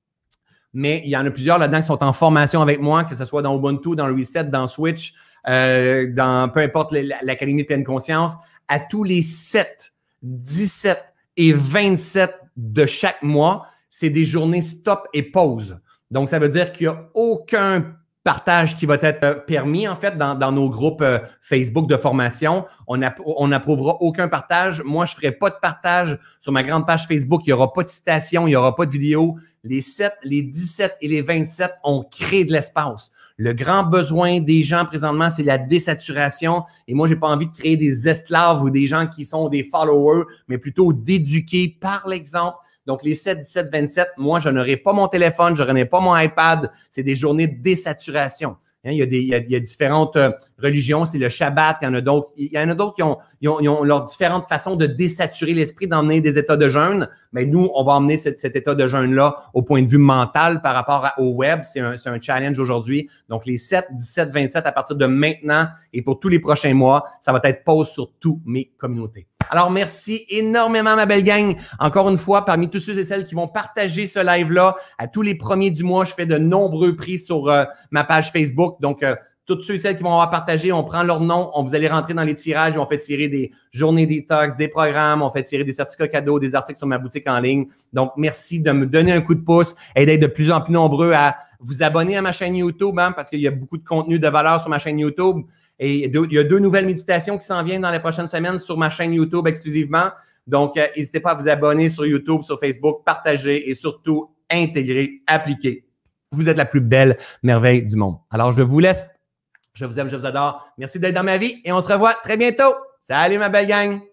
mais il y en a plusieurs là-dedans qui sont en formation avec moi, que ce soit dans Ubuntu, dans Reset, dans Switch, euh, dans peu importe l'Académie de pleine conscience. À tous les sept, dix-sept et vingt-sept de chaque mois, c'est des journées stop et pause. Donc, ça veut dire qu'il n'y a aucun partage qui va être permis, en fait, dans, dans nos groupes euh, Facebook de formation. On n'approuvera aucun partage. Moi, je ne ferai pas de partage sur ma grande page Facebook. Il n'y aura pas de citation, il n'y aura pas de vidéo. Les sept, les dix-sept et les vingt-sept ont créé de l'espace. Le grand besoin des gens présentement, c'est la désaturation. Et moi, j'ai pas envie de créer des esclaves ou des gens qui sont des followers, mais plutôt d'éduquer par l'exemple. Donc, les sept, dix-sept, vingt-sept, moi, je n'aurai pas mon téléphone, je n'aurai pas mon iPad. C'est des journées de désaturation. Hein, il, y a des, il, y a, il y a différentes euh, religions, c'est le Shabbat, il y en a d'autres. Il y en a d'autres qui ont, ils ont, ils ont leurs différentes façons de désaturer l'esprit, d'emmener des états de jeûne. Mais nous, on va emmener cet, cet état de jeûne-là au point de vue mental par rapport à, au web. C'est un, c'est un challenge aujourd'hui. Donc, les sept, dix-sept, vingt-sept, à partir de maintenant et pour tous les prochains mois, ça va être pause sur toutes mes communautés. Alors, merci énormément, ma belle gang. Encore une fois, parmi tous ceux et celles qui vont partager ce live-là, à tous les premiers du mois, je fais de nombreux prix sur euh, ma page Facebook. Donc, euh, tous ceux et celles qui vont avoir partagé, on prend leur nom, on vous allez rentrer dans les tirages, on fait tirer des journées détox, des programmes, on fait tirer des certificats cadeaux, des articles sur ma boutique en ligne. Donc, merci de me donner un coup de pouce et d'être de plus en plus nombreux à vous abonner à ma chaîne YouTube, hein, parce qu'il y a beaucoup de contenu de valeur sur ma chaîne YouTube. Et il y a deux nouvelles méditations qui s'en viennent dans les prochaines semaines sur ma chaîne YouTube exclusivement. Donc, euh, n'hésitez pas à vous abonner sur YouTube, sur Facebook, partager et surtout intégrer, appliquer. Vous êtes la plus belle merveille du monde. Alors, je vous laisse. Je vous aime, je vous adore. Merci d'être dans ma vie et on se revoit très bientôt. Salut ma belle gang!